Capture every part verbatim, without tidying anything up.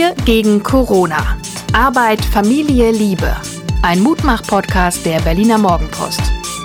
Wir gegen Corona. Arbeit, Familie, Liebe. Ein Mutmach-Podcast der Berliner Morgenpost.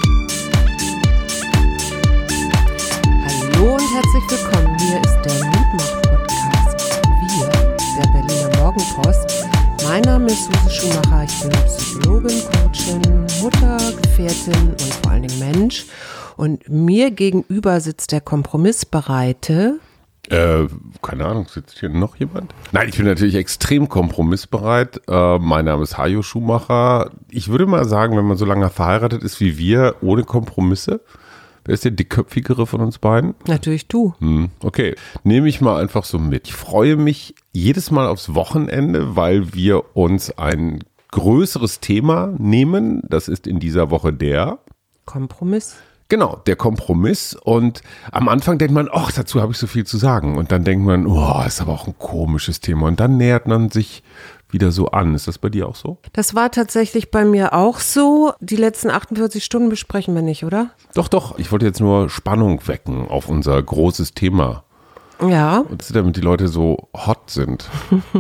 Hallo und herzlich willkommen. Hier ist der Mutmach-Podcast. Wir, der Berliner Morgenpost. Mein Name ist Susi Schumacher. Ich bin Psychologin, Coachin, Mutter, Gefährtin und vor allen Dingen Mensch. Und mir gegenüber sitzt der Kompromissbereite. Äh, keine Ahnung, sitzt hier noch jemand? Nein, ich bin natürlich extrem kompromissbereit. Äh, mein Name ist Hajo Schumacher. Ich würde mal sagen, wenn man so lange verheiratet ist wie wir, ohne Kompromisse, wer ist der dickköpfigere von uns beiden? Natürlich du. Hm, okay, nehme ich mal einfach so mit. Ich freue mich jedes Mal aufs Wochenende, weil wir uns ein größeres Thema nehmen. Das ist in dieser Woche der Kompromiss. Genau, der Kompromiss, und am Anfang denkt man, ach, dazu habe ich so viel zu sagen, und dann denkt man, oh, ist aber auch ein komisches Thema, und dann nähert man sich wieder so an. Ist das bei dir auch so? Das war tatsächlich bei mir auch so. Die letzten achtundvierzig Stunden besprechen wir nicht, oder? Doch, doch, ich wollte jetzt nur Spannung wecken auf unser großes Thema. Ja. Und damit die Leute so hot sind.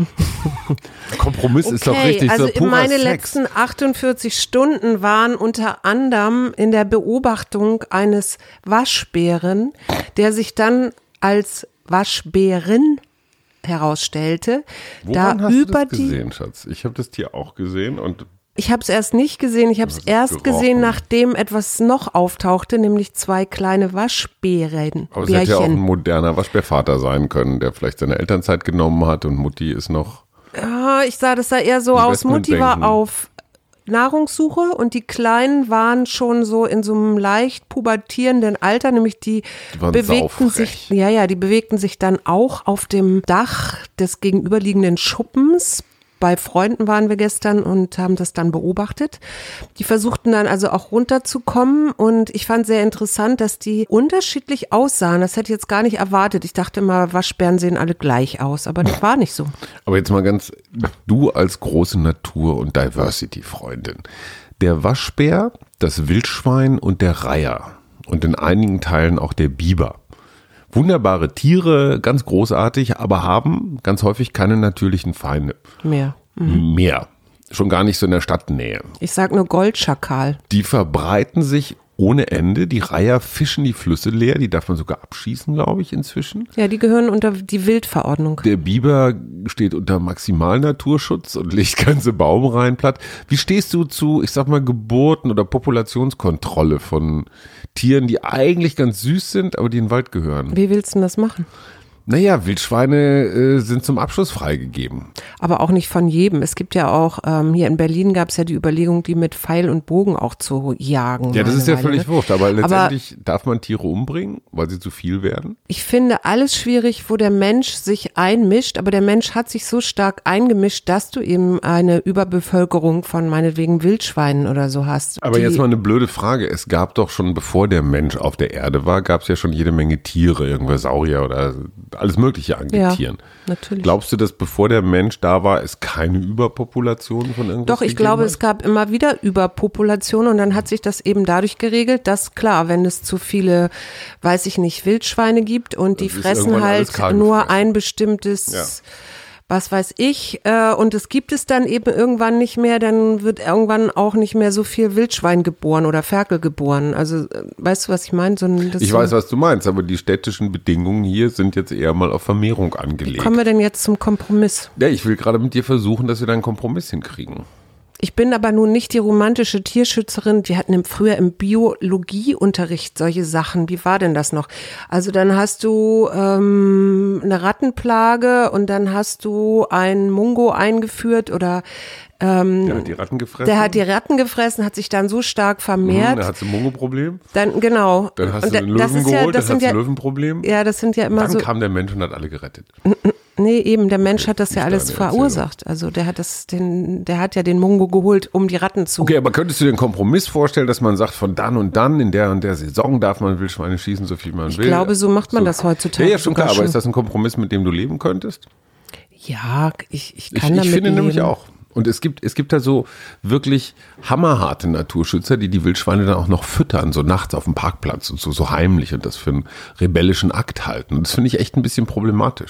Kompromiss okay, ist doch richtig also so purer meine Sex. letzten achtundvierzig Stunden waren unter anderem in der Beobachtung eines Waschbären, der sich dann als Waschbärin herausstellte. Woran da hast über du das die, gesehen, Schatz? Ich habe das Tier auch gesehen und Ich habe es erst nicht gesehen, ich habe es erst gerochen. gesehen, nachdem etwas noch auftauchte, nämlich zwei kleine Waschbären. Aber es hätte ja auch ein moderner Waschbärvater sein können, der vielleicht seine Elternzeit genommen hat und Mutti ist noch. Ja, ich sah das da eher so aus. Mutti war denken. auf Nahrungssuche und die Kleinen waren schon so in so einem leicht pubertierenden Alter, nämlich die, Die waren bewegten saufrech. sich, ja, ja, die bewegten sich dann auch auf dem Dach des gegenüberliegenden Schuppens. Bei Freunden waren wir gestern und haben das dann beobachtet. Die versuchten dann also auch runterzukommen, und ich fand sehr interessant, dass die unterschiedlich aussahen. Das hätte ich jetzt gar nicht erwartet. Ich dachte immer, Waschbären sehen alle gleich aus, aber das war nicht so. Aber jetzt mal ganz, du als große Natur- und Diversity-Freundin. Der Waschbär, das Wildschwein und der Reiher und in einigen Teilen auch der Biber. Wunderbare Tiere, ganz großartig, aber haben ganz häufig keine natürlichen Feinde. Mehr. Mehr. Schon gar nicht so in der Stadtnähe. Ich sag nur Goldschakal. Die verbreiten sich ohne Ende. Die Reiher fischen die Flüsse leer. Die darf man sogar abschießen, glaube ich, inzwischen. Ja, die gehören unter die Wildverordnung. Der Biber steht unter Maximalnaturschutz und legt ganze Baumreihen platt. Wie stehst du zu, ich sag mal, Geburten oder Populationskontrolle von Tieren, die eigentlich ganz süß sind, aber die in den Wald gehören? Wie willst du denn das machen? Naja, Wildschweine äh, sind zum Abschluss freigegeben. Aber auch nicht von jedem. Es gibt ja auch, ähm, hier in Berlin gab es ja die Überlegung, die mit Pfeil und Bogen auch zu jagen. Ja, das ist ja Weile, völlig ne? wurscht, aber letztendlich aber darf man Tiere umbringen, weil sie zu viel werden? Ich finde alles schwierig, wo der Mensch sich einmischt, aber der Mensch hat sich so stark eingemischt, dass du eben eine Überbevölkerung von meinetwegen Wildschweinen oder so hast. Aber die, jetzt mal eine blöde Frage. Es gab doch schon, bevor der Mensch auf der Erde war, gab es ja schon jede Menge Tiere, irgendwelche Saurier oder alles Mögliche an ja, Tieren. Natürlich. Glaubst du, dass bevor der Mensch da war, es keine Überpopulation von irgendwas Doch, ich gegeben glaube, hat? es gab immer wieder Überpopulation, und dann hat sich das eben dadurch geregelt, dass klar, wenn es zu viele, weiß ich nicht, Wildschweine gibt und die Das ist fressen irgendwann alles halt kahl nur gefressen. ein bestimmtes, Ja. was weiß ich, äh, und es gibt es dann eben irgendwann nicht mehr, dann wird irgendwann auch nicht mehr so viel Wildschwein geboren oder Ferkel geboren. Also, äh, weißt du, was ich meine? So ein, das Ich so, weiß, was du meinst, aber die städtischen Bedingungen hier sind jetzt eher mal auf Vermehrung angelegt. Kommen wir denn jetzt zum Kompromiss? Ja, ich will gerade mit dir versuchen, dass wir da einen Kompromiss hinkriegen. Ich bin aber nun nicht die romantische Tierschützerin. Wir hatten im, früher im Biologieunterricht solche Sachen. Wie war denn das noch? Also dann hast du ähm, eine Rattenplage und dann hast du einen Mungo eingeführt oder ähm, Der hat die Ratten gefressen. der hat die Ratten gefressen, hat sich dann so stark vermehrt. Hm, der hat ein Mongo-Problem. Dann genau. Dann hast Und du den das Löwen ist ja, geholt, das dann hast sind du ein ja, Löwenproblem. ja, das sind ja immer Dann so. kam der Mensch und hat alle gerettet. Nee, eben, der Mensch Okay, hat das ja nicht alles deine verursacht. Also der hat das, den, der hat ja den Mungo geholt, um die Ratten zu. Okay, aber könntest du dir einen Kompromiss vorstellen, dass man sagt, von dann und dann, in der und der Saison darf man Wildschweine schießen, so viel man Ich will? glaube, so macht man das heutzutage Ja, ja, schon klar, sogar aber schon. ist das ein Kompromiss, mit dem du leben könntest? Ja, ich, ich Ich, kann ich damit finde leben. nämlich auch. Und es gibt, es gibt da so wirklich hammerharte Naturschützer, die die Wildschweine dann auch noch füttern, so nachts auf dem Parkplatz und so, so heimlich und das für einen rebellischen Akt halten. Und das finde ich echt ein bisschen problematisch.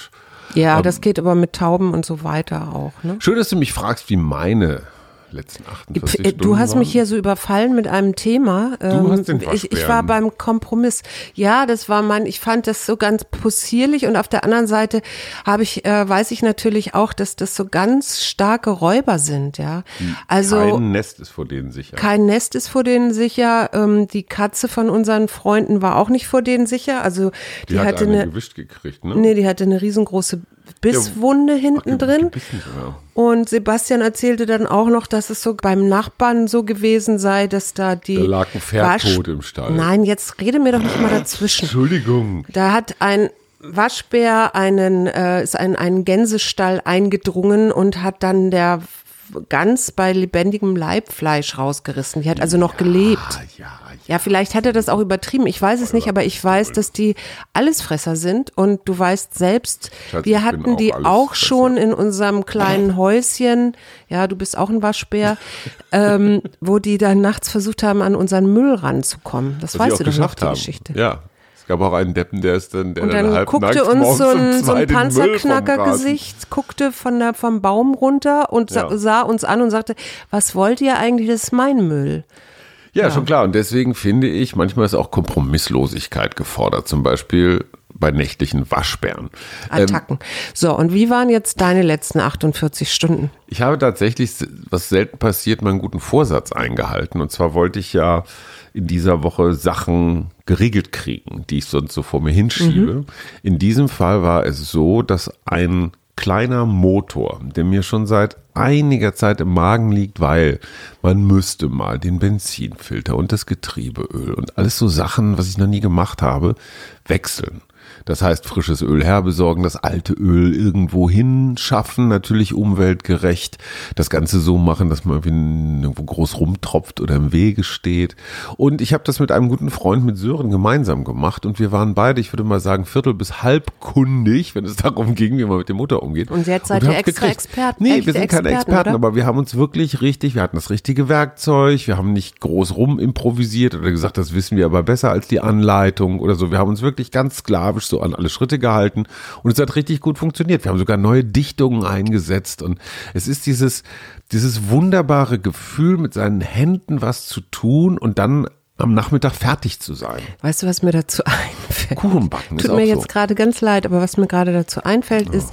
Ja, ähm, das geht aber mit Tauben und so weiter auch. Ne? Schön, dass du mich fragst, wie meine letzten achtundvierzig Stunden Du hast waren. mich hier so überfallen mit einem Thema. Du hast den ich, ich war beim Kompromiss. Ja, das war mein, ich fand das so ganz possierlich und auf der anderen Seite habe ich, äh, weiß ich natürlich auch, dass das so ganz starke Räuber sind, ja. Also kein Nest ist vor denen sicher. Kein Nest ist vor denen sicher. Ähm, die Katze von unseren Freunden war auch nicht vor denen sicher. Also die, die hat hatte eine eine gewischt gekriegt, ne? Nee, die hatte eine riesengroße Bisswunde Ja, hinten ach, drin. gebissen sogar. Und Sebastian erzählte dann auch noch, dass es so beim Nachbarn so gewesen sei, dass da die Da lag ein Pferd Wasch- tot im Stall. Nein, jetzt rede mir doch nicht mal dazwischen. Entschuldigung. Da hat ein Waschbär einen, äh, ist ein, einen Gänsestall eingedrungen und hat dann der Gans bei lebendigem Leibfleisch rausgerissen. Die hat also noch gelebt. Ah, ja, ja. Ja, vielleicht hat er das auch übertrieben. Ich weiß es nicht, aber ich weiß, dass die Allesfresser sind. Und du weißt selbst, Schatz, wir ich bin hatten auch die auch Allesfresser. schon in unserem kleinen Häuschen. Ja, du bist auch ein Waschbär, ähm, wo die dann nachts versucht haben, an unseren Müll ranzukommen. Das Was weißt sie auch du doch noch, geschafft die haben. Geschichte. Ja. Es gab auch einen Deppen, der ist dann, der Und dann, dann halb guckte nachts uns morgens so um ein, so zwei ein den Müll vom Rasen. Panzerknackergesicht, guckte von der, vom Baum runter und sa- Ja. sah uns an und sagte, was wollt ihr eigentlich, das ist mein Müll. Ja, schon klar. Und deswegen finde ich, manchmal ist auch Kompromisslosigkeit gefordert. Zum Beispiel bei nächtlichen Waschbären. Ähm, Attacken. So, und wie waren jetzt deine letzten achtundvierzig Stunden? ich habe tatsächlich, was selten passiert, meinen guten Vorsatz eingehalten. Und zwar wollte ich ja in dieser Woche Sachen geregelt kriegen, die ich sonst so vor mir hinschiebe. Mhm. In diesem Fall war es so, dass ein kleiner Motor, der mir schon seit einiger Zeit im Magen liegt, weil man müsste mal den Benzinfilter und das Getriebeöl und alles so Sachen, was ich noch nie gemacht habe, wechseln. Das heißt, frisches Öl herbesorgen, das alte Öl irgendwo hinschaffen, natürlich umweltgerecht. Das Ganze so machen, dass man irgendwie irgendwo groß rumtropft oder im Wege steht. Und ich habe das mit einem guten Freund, mit Sören, gemeinsam gemacht. Und wir waren beide, ich würde mal sagen, viertel bis halbkundig, wenn es darum ging, wie man mit dem Motor umgeht. Und jetzt seid wir ihr haben extra gekriegt. Experten. Nee, echte wir sind keine Experten, Experten, oder? aber wir haben uns wirklich richtig, wir hatten das richtige Werkzeug, wir haben nicht groß rum improvisiert oder gesagt, das wissen wir aber besser als die Anleitung oder so. Wir haben uns wirklich ganz sklavisch so an alle Schritte gehalten und es hat richtig gut funktioniert. Wir haben sogar neue Dichtungen eingesetzt und es ist dieses, dieses wunderbare Gefühl, mit seinen Händen was zu tun und dann am Nachmittag fertig zu sein. Weißt du, was mir dazu einfällt? Kuchen backen ist Tut auch mir so. jetzt gerade ganz leid, aber was mir gerade dazu einfällt, ist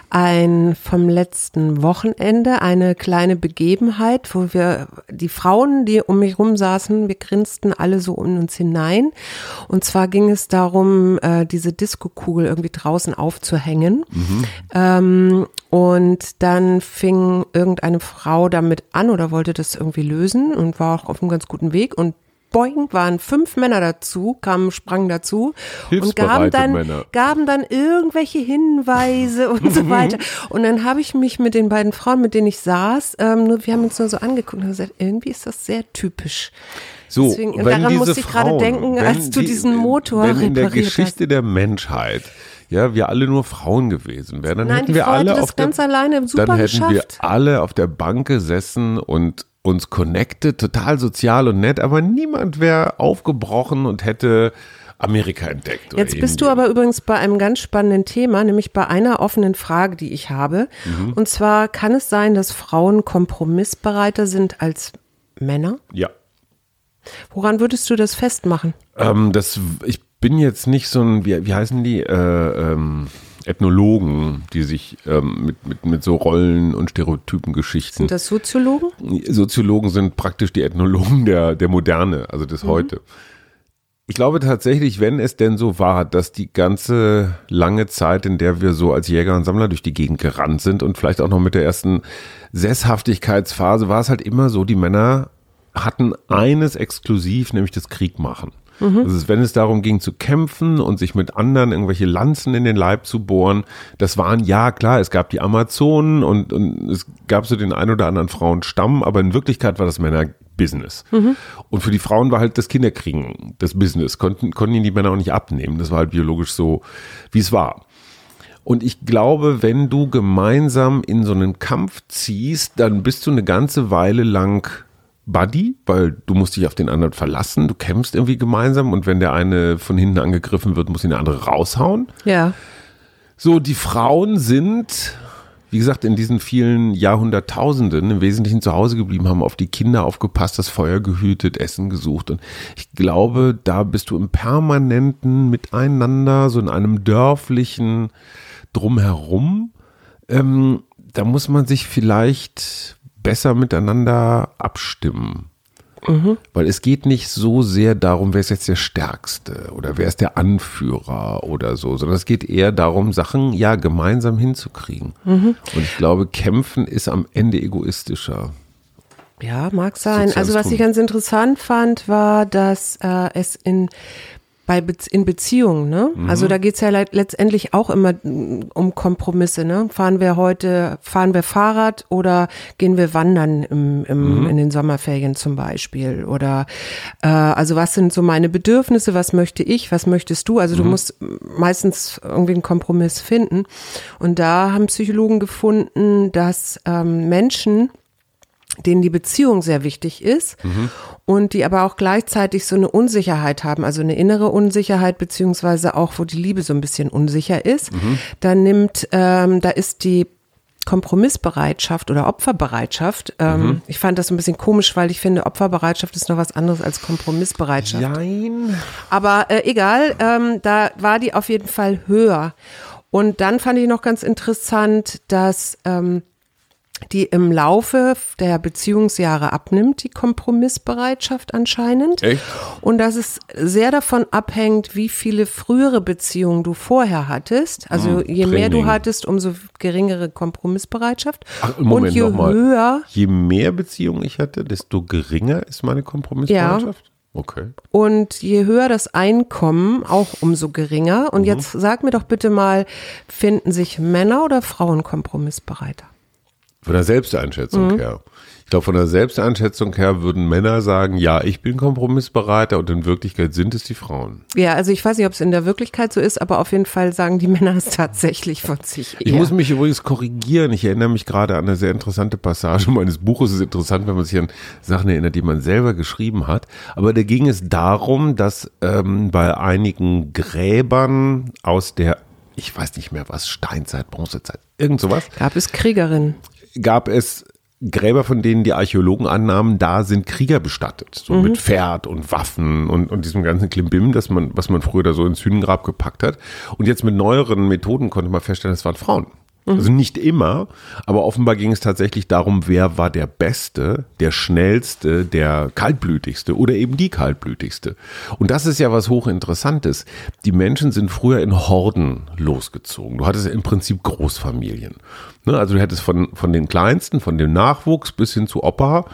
ein vom letzten Wochenende eine kleine Begebenheit, wo wir die Frauen, die um mich rum saßen, wir grinsten alle so um uns hinein. Und zwar ging es darum, äh, diese Diskokugel irgendwie draußen aufzuhängen. Mhm. Ähm, und dann fing irgendeine Frau damit an oder wollte das irgendwie lösen und war auch auf einem ganz guten Weg und boing, waren fünf Männer dazu, kamen, sprangen dazu und gaben dann, Männer. gaben dann irgendwelche Hinweise und so weiter. Und dann habe ich mich mit den beiden Frauen, mit denen ich saß, ähm, nur, wir haben uns nur so angeguckt und gesagt, irgendwie ist das sehr typisch. So, Deswegen, wenn daran diese musste ich gerade Frauen, denken, wenn als du die, diesen Motor wenn in der repariert Geschichte hast. der Menschheit, ja, wir alle nur Frauen gewesen wären, dann Nein, hätten die wir Frau alle hätte das auf der, ganz alleine super dann hätten wir geschafft. alle auf der Bank gesessen und uns connected, total sozial und nett, aber niemand wäre aufgebrochen und hätte Amerika entdeckt. Jetzt bist du aber übrigens bei einem ganz spannenden Thema, nämlich bei einer offenen Frage, die ich habe. Mhm. Und zwar, kann es sein, dass Frauen kompromissbereiter sind als Männer? Ja. Woran würdest du das festmachen? Ähm, das, ich bin jetzt nicht so ein, wie, wie heißen die, äh, ähm, Ethnologen, die sich ähm, mit, mit, mit so Rollen und Stereotypen-Geschichten. Sind das Soziologen? Soziologen sind praktisch die Ethnologen der, der Moderne, also des mhm. Heute. Ich glaube tatsächlich, wenn es denn so war, dass die ganze lange Zeit, in der wir so als Jäger und Sammler durch die Gegend gerannt sind und vielleicht auch noch mit der ersten Sesshaftigkeitsphase, war es halt immer so, die Männer hatten eines exklusiv, nämlich das Kriegmachen. Mhm. Also wenn es darum ging zu kämpfen und sich mit anderen irgendwelche Lanzen in den Leib zu bohren, das waren, ja klar, es gab die Amazonen und, und es gab so den ein oder anderen Frauenstamm, aber in Wirklichkeit war das Männer-Business. Mhm. Und für die Frauen war halt das Kinderkriegen das Business, konnten, konnten ihnen die Männer auch nicht abnehmen. Das war halt biologisch so, wie es war. Und ich glaube, wenn du gemeinsam in so einen Kampf ziehst, dann bist du eine ganze Weile lang Buddy, weil du musst dich auf den anderen verlassen, du kämpfst irgendwie gemeinsam und wenn der eine von hinten angegriffen wird, muss ihn der andere raushauen. Ja. So, die Frauen sind, wie gesagt, in diesen vielen Jahrhunderttausenden im Wesentlichen zu Hause geblieben, haben auf die Kinder aufgepasst, das Feuer gehütet, Essen gesucht. Und ich glaube, da bist du im permanenten Miteinander, so in einem dörflichen Drumherum. Ähm, da muss man sich vielleicht besser miteinander abstimmen. Mhm. Weil es geht nicht so sehr darum, wer ist jetzt der Stärkste oder wer ist der Anführer oder so, sondern es geht eher darum, Sachen ja gemeinsam hinzukriegen. Mhm. Und ich glaube, kämpfen ist am Ende egoistischer. Ja, mag sein. Also was ich ganz interessant fand, war, dass äh, es in Bei Be- in Beziehungen, ne? Mhm. Also da geht's ja le- letztendlich auch immer um Kompromisse, ne? Fahren wir heute, fahren wir Fahrrad oder gehen wir wandern im, im, mhm. in den Sommerferien zum Beispiel? Oder äh, also was sind so meine Bedürfnisse, was möchte ich, was möchtest du? Also mhm. du musst meistens irgendwie einen Kompromiss finden. Und da haben Psychologen gefunden, dass ähm, Menschen, denen die Beziehung sehr wichtig ist mhm. und die aber auch gleichzeitig so eine Unsicherheit haben, also eine innere Unsicherheit, beziehungsweise auch, wo die Liebe so ein bisschen unsicher ist, mhm. da nimmt, ähm, da ist die Kompromissbereitschaft oder Opferbereitschaft, ähm, mhm. ich fand das ein bisschen komisch, weil ich finde, Opferbereitschaft ist noch was anderes als Kompromissbereitschaft. Nein. Aber äh, egal, ähm, da war die auf jeden Fall höher. Und dann fand ich noch ganz interessant, dass ähm, die im Laufe der Beziehungsjahre abnimmt, die Kompromissbereitschaft anscheinend. Echt? Und dass es sehr davon abhängt, wie viele frühere Beziehungen du vorher hattest. Also hm, je Training. mehr du hattest, umso geringere Kompromissbereitschaft. Ach, Moment, und je noch mal. höher. Je mehr Beziehungen ich hatte, desto geringer ist meine Kompromissbereitschaft? Ja. Okay. Und je höher das Einkommen, auch umso geringer. Und mhm. jetzt sag mir doch bitte mal, finden sich Männer oder Frauen kompromissbereiter? Von der Selbsteinschätzung mhm. her. Ich glaube, von der Selbsteinschätzung her würden Männer sagen, ja, ich bin kompromissbereiter und in Wirklichkeit sind es die Frauen. Ja, also ich weiß nicht, ob es in der Wirklichkeit so ist, aber auf jeden Fall sagen die Männer es tatsächlich von sich eher. Ich muss mich übrigens korrigieren. Ich erinnere mich gerade an eine sehr interessante Passage meines Buches. Es ist interessant, wenn man sich an Sachen erinnert, die man selber geschrieben hat. Aber da ging es darum, dass ähm, bei einigen Gräbern aus der, ich weiß nicht mehr was, Steinzeit, Bronzezeit, irgend sowas. Gab es Kriegerinnen? Gab es Gräber, von denen die Archäologen annahmen, da sind Krieger bestattet. So mhm. mit Pferd und Waffen und, und diesem ganzen Klimbim, das man, was man früher da so ins Hünengrab gepackt hat. Und jetzt mit neueren Methoden konnte man feststellen, das waren Frauen. Mhm. Also nicht immer, aber offenbar ging es tatsächlich darum, wer war der Beste, der Schnellste, der Kaltblütigste oder eben die Kaltblütigste. Und das ist ja was Hochinteressantes. Die Menschen sind früher in Horden losgezogen. Du hattest im Prinzip Großfamilien. Also du hättest von, von den Kleinsten, von dem Nachwuchs bis hin zu Opa,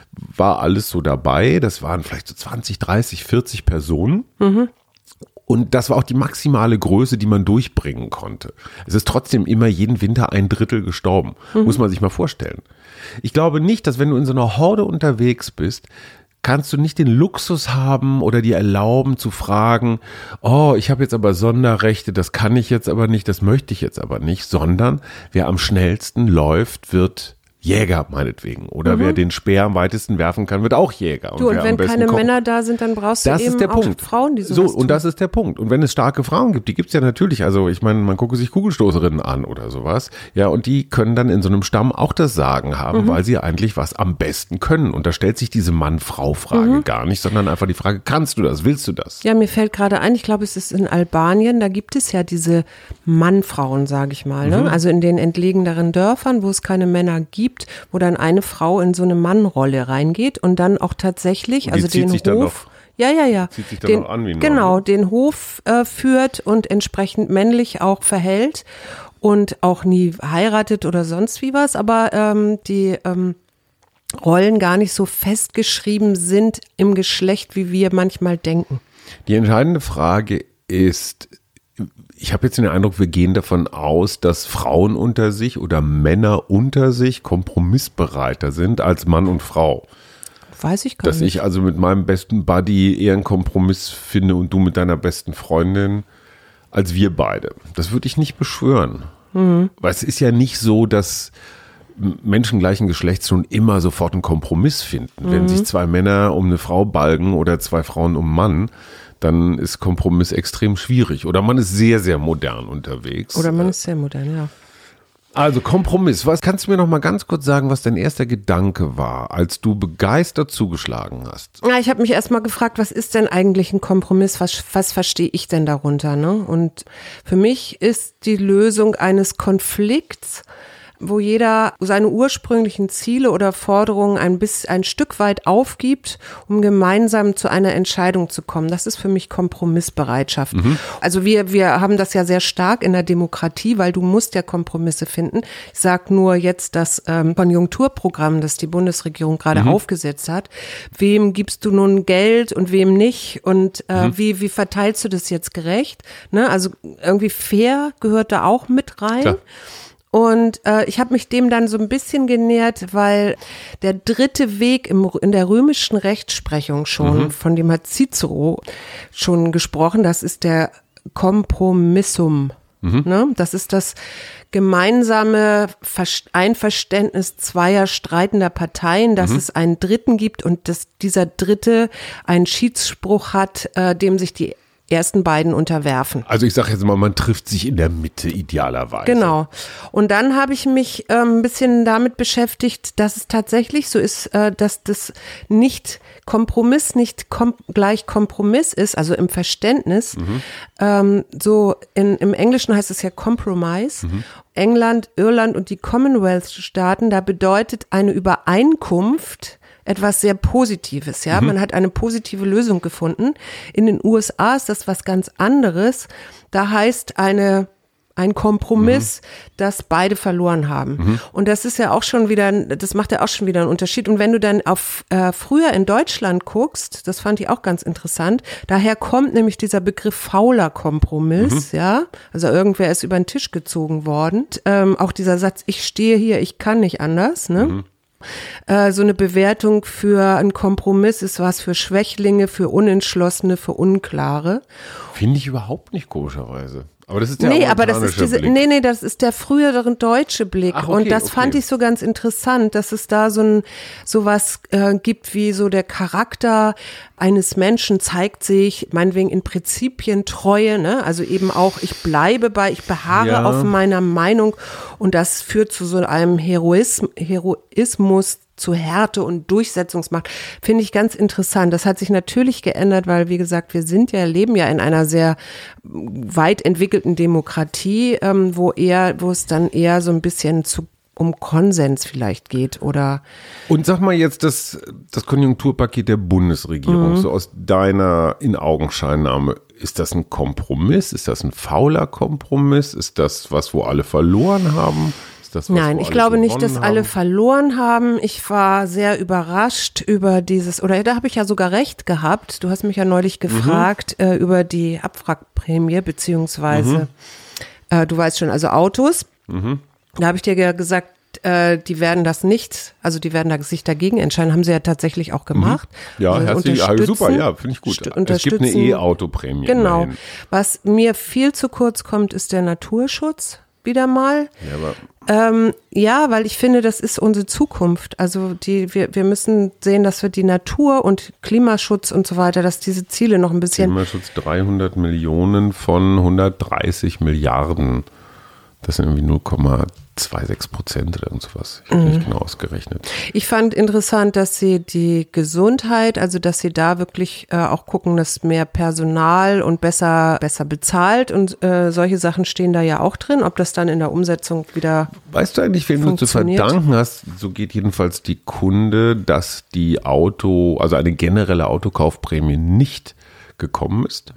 war alles so dabei. Das waren vielleicht so zwanzig, dreißig, vierzig Personen. Mhm. Und das war auch die maximale Größe, die man durchbringen konnte. Es ist trotzdem immer jeden Winter ein Drittel gestorben. Mhm. Muss man sich mal vorstellen. Ich glaube nicht, dass wenn du in so einer Horde unterwegs bist, kannst du nicht den Luxus haben oder dir erlauben zu fragen, oh, ich habe jetzt aber Sonderrechte, das kann ich jetzt aber nicht, das möchte ich jetzt aber nicht, sondern wer am schnellsten läuft, wird Jäger meinetwegen. Oder mhm. wer den Speer am weitesten werfen kann, wird auch Jäger. Und, du, und wenn keine kocht, Männer da sind, dann brauchst du das eben ist der auch Punkt. Frauen, die sowas so tun. Und das ist der Punkt. Und wenn es starke Frauen gibt, die gibt es ja natürlich. Also ich meine, man gucke sich Kugelstoßerinnen an oder sowas. Ja, und die können dann in so einem Stamm auch das Sagen haben, mhm. weil sie eigentlich was am besten können. Und da stellt sich diese Mann-Frau-Frage mhm. gar nicht, sondern einfach die Frage, kannst du das, willst du das? Ja, mir fällt gerade ein, ich glaube, es ist in Albanien, da gibt es ja diese Mann-Frauen, sage ich mal. Ne? Mhm. Also in den entlegeneren Dörfern, wo es keine Männer gibt, wo dann eine Frau in so eine Mannrolle reingeht und dann auch tatsächlich, also den Hof, ja, ja, ja, zieht sich dann den, noch an wie ein genau, Mann. den Hof äh, führt und entsprechend männlich auch verhält und auch nie heiratet oder sonst wie was, aber ähm, die ähm, Rollen gar nicht so festgeschrieben sind im Geschlecht, wie wir manchmal denken. Die entscheidende Frage ist, ich habe jetzt den Eindruck, wir gehen davon aus, dass Frauen unter sich oder Männer unter sich kompromissbereiter sind als Mann und Frau. Weiß ich gar dass nicht. Dass ich also mit meinem besten Buddy eher einen Kompromiss finde und du mit deiner besten Freundin als wir beide. Das würde ich nicht beschwören. Mhm. Weil es ist ja nicht so, dass Menschen gleichen Geschlechts schon immer sofort einen Kompromiss finden. Mhm. Wenn sich zwei Männer um eine Frau balgen oder zwei Frauen um einen Mann, dann ist Kompromiss extrem schwierig. Oder man ist sehr, sehr modern unterwegs. Oder man ist sehr modern, ja. Also Kompromiss. Was kannst du mir noch mal ganz kurz sagen, was dein erster Gedanke war, als du begeistert zugeschlagen hast? Ja, ich habe mich erst mal gefragt, was ist denn eigentlich ein Kompromiss? Was, was verstehe ich denn darunter? Ne? Und für mich ist die Lösung eines Konflikts, wo jeder seine ursprünglichen Ziele oder Forderungen ein bisschen, ein Stück weit aufgibt, um gemeinsam zu einer Entscheidung zu kommen. Das ist für mich Kompromissbereitschaft. Mhm. Also wir, wir haben das ja sehr stark in der Demokratie, weil du musst ja Kompromisse finden. Ich sage nur jetzt das ähm, Konjunkturprogramm, das die Bundesregierung gerade mhm. aufgesetzt hat. Wem gibst du nun Geld und wem nicht? Und äh, mhm. wie, wie verteilst du das jetzt gerecht? Ne? Also irgendwie fair gehört da auch mit rein. Klar. Und äh, ich habe mich dem dann so ein bisschen genähert, weil der dritte Weg im, in der römischen Rechtsprechung schon, mhm. von dem hat Cicero schon gesprochen, das ist der Kompromissum. Mhm. Ne? Das ist das gemeinsame Einverständnis zweier streitender Parteien, dass mhm. es einen Dritten gibt und dass dieser Dritte einen Schiedsspruch hat, äh, dem sich die ersten beiden unterwerfen. Also ich sage jetzt mal, man trifft sich in der Mitte idealerweise. Genau. Und dann habe ich mich ähm, ein bisschen damit beschäftigt, dass es tatsächlich so ist, äh, dass das nicht Kompromiss nicht kom- gleich Kompromiss ist, also im Verständnis. Mhm. Ähm, so in, im Englischen heißt es ja Compromise. Mhm. England, Irland und die Commonwealth-Staaten, da bedeutet eine Übereinkunft etwas sehr Positives, ja. Mhm. Man hat eine positive Lösung gefunden. In den U S A ist das was ganz anderes. Da heißt eine ein Kompromiss, mhm. dass beide verloren haben. Mhm. Und das ist ja auch schon wieder, das macht ja auch schon wieder einen Unterschied. Und wenn du dann auf äh, früher in Deutschland guckst, das fand ich auch ganz interessant, daher kommt nämlich dieser Begriff fauler Kompromiss, mhm. ja. Also irgendwer ist über den Tisch gezogen worden. Und, ähm, auch dieser Satz, ich stehe hier, ich kann nicht anders, ne? Mhm. So eine Bewertung für einen Kompromiss ist was für Schwächlinge, für Unentschlossene, für Unklare. Finde ich überhaupt nicht, komischerweise. Aber das ist der nee, aber das ist diese, Blick. Nee, nee, das ist der frühere deutsche Blick. Ach, okay, und das okay. fand ich so ganz interessant, dass es da so ein sowas äh, gibt wie so der Charakter eines Menschen zeigt sich, meinetwegen in Prinzipientreue, ne? Also eben auch, ich bleibe bei, ich beharre ja. auf meiner Meinung und das führt zu so einem Heroism, Heroismus, zu Härte und Durchsetzungsmacht, finde ich ganz interessant. Das hat sich natürlich geändert, weil, wie gesagt, wir sind ja, leben ja in einer sehr weit entwickelten Demokratie, ähm, wo eher, wo es dann eher so ein bisschen zu um Konsens vielleicht geht, oder? Und sag mal jetzt das, das Konjunkturpaket der Bundesregierung, mhm. so aus deiner In-Augenscheinnahme, ist das ein Kompromiss? Ist das ein fauler Kompromiss? Ist das was, wo alle verloren haben? Das, Nein, ich glaube nicht, dass haben. alle verloren haben. Ich war sehr überrascht über dieses, oder da habe ich ja sogar recht gehabt. Du hast mich ja neulich gefragt mhm. äh, über die Abwrackprämie, beziehungsweise, mhm. äh, du weißt schon, also Autos. Mhm. Da habe ich dir ja gesagt, äh, die werden das nicht, also die werden da, sich dagegen entscheiden, haben sie ja tatsächlich auch gemacht. Mhm. Ja, also herzlich, also super, ja, finde ich gut. Es gibt eine E-Auto-Prämie. Genau. Immerhin. Was mir viel zu kurz kommt, ist der Naturschutz. Wieder mal. Ja, aber ähm, ja, weil ich finde, das ist unsere Zukunft. Also die, wir, wir müssen sehen, dass wir die Natur und Klimaschutz und so weiter, dass diese Ziele noch ein bisschen. Klimaschutz dreihundert Millionen von hundertdreißig Milliarden. Das sind irgendwie null Komma sechsundzwanzig Prozent oder irgend sowas. Ich habe mhm. nicht genau ausgerechnet. Ich fand interessant, dass sie die Gesundheit, also dass sie da wirklich äh, auch gucken, dass mehr Personal und besser besser bezahlt und äh, solche Sachen stehen da ja auch drin. Ob das dann in der Umsetzung wieder Weißt du eigentlich, wem du zu verdanken hast, so geht jedenfalls die Kunde, dass die Auto, also eine generelle Autokaufprämie nicht gekommen ist?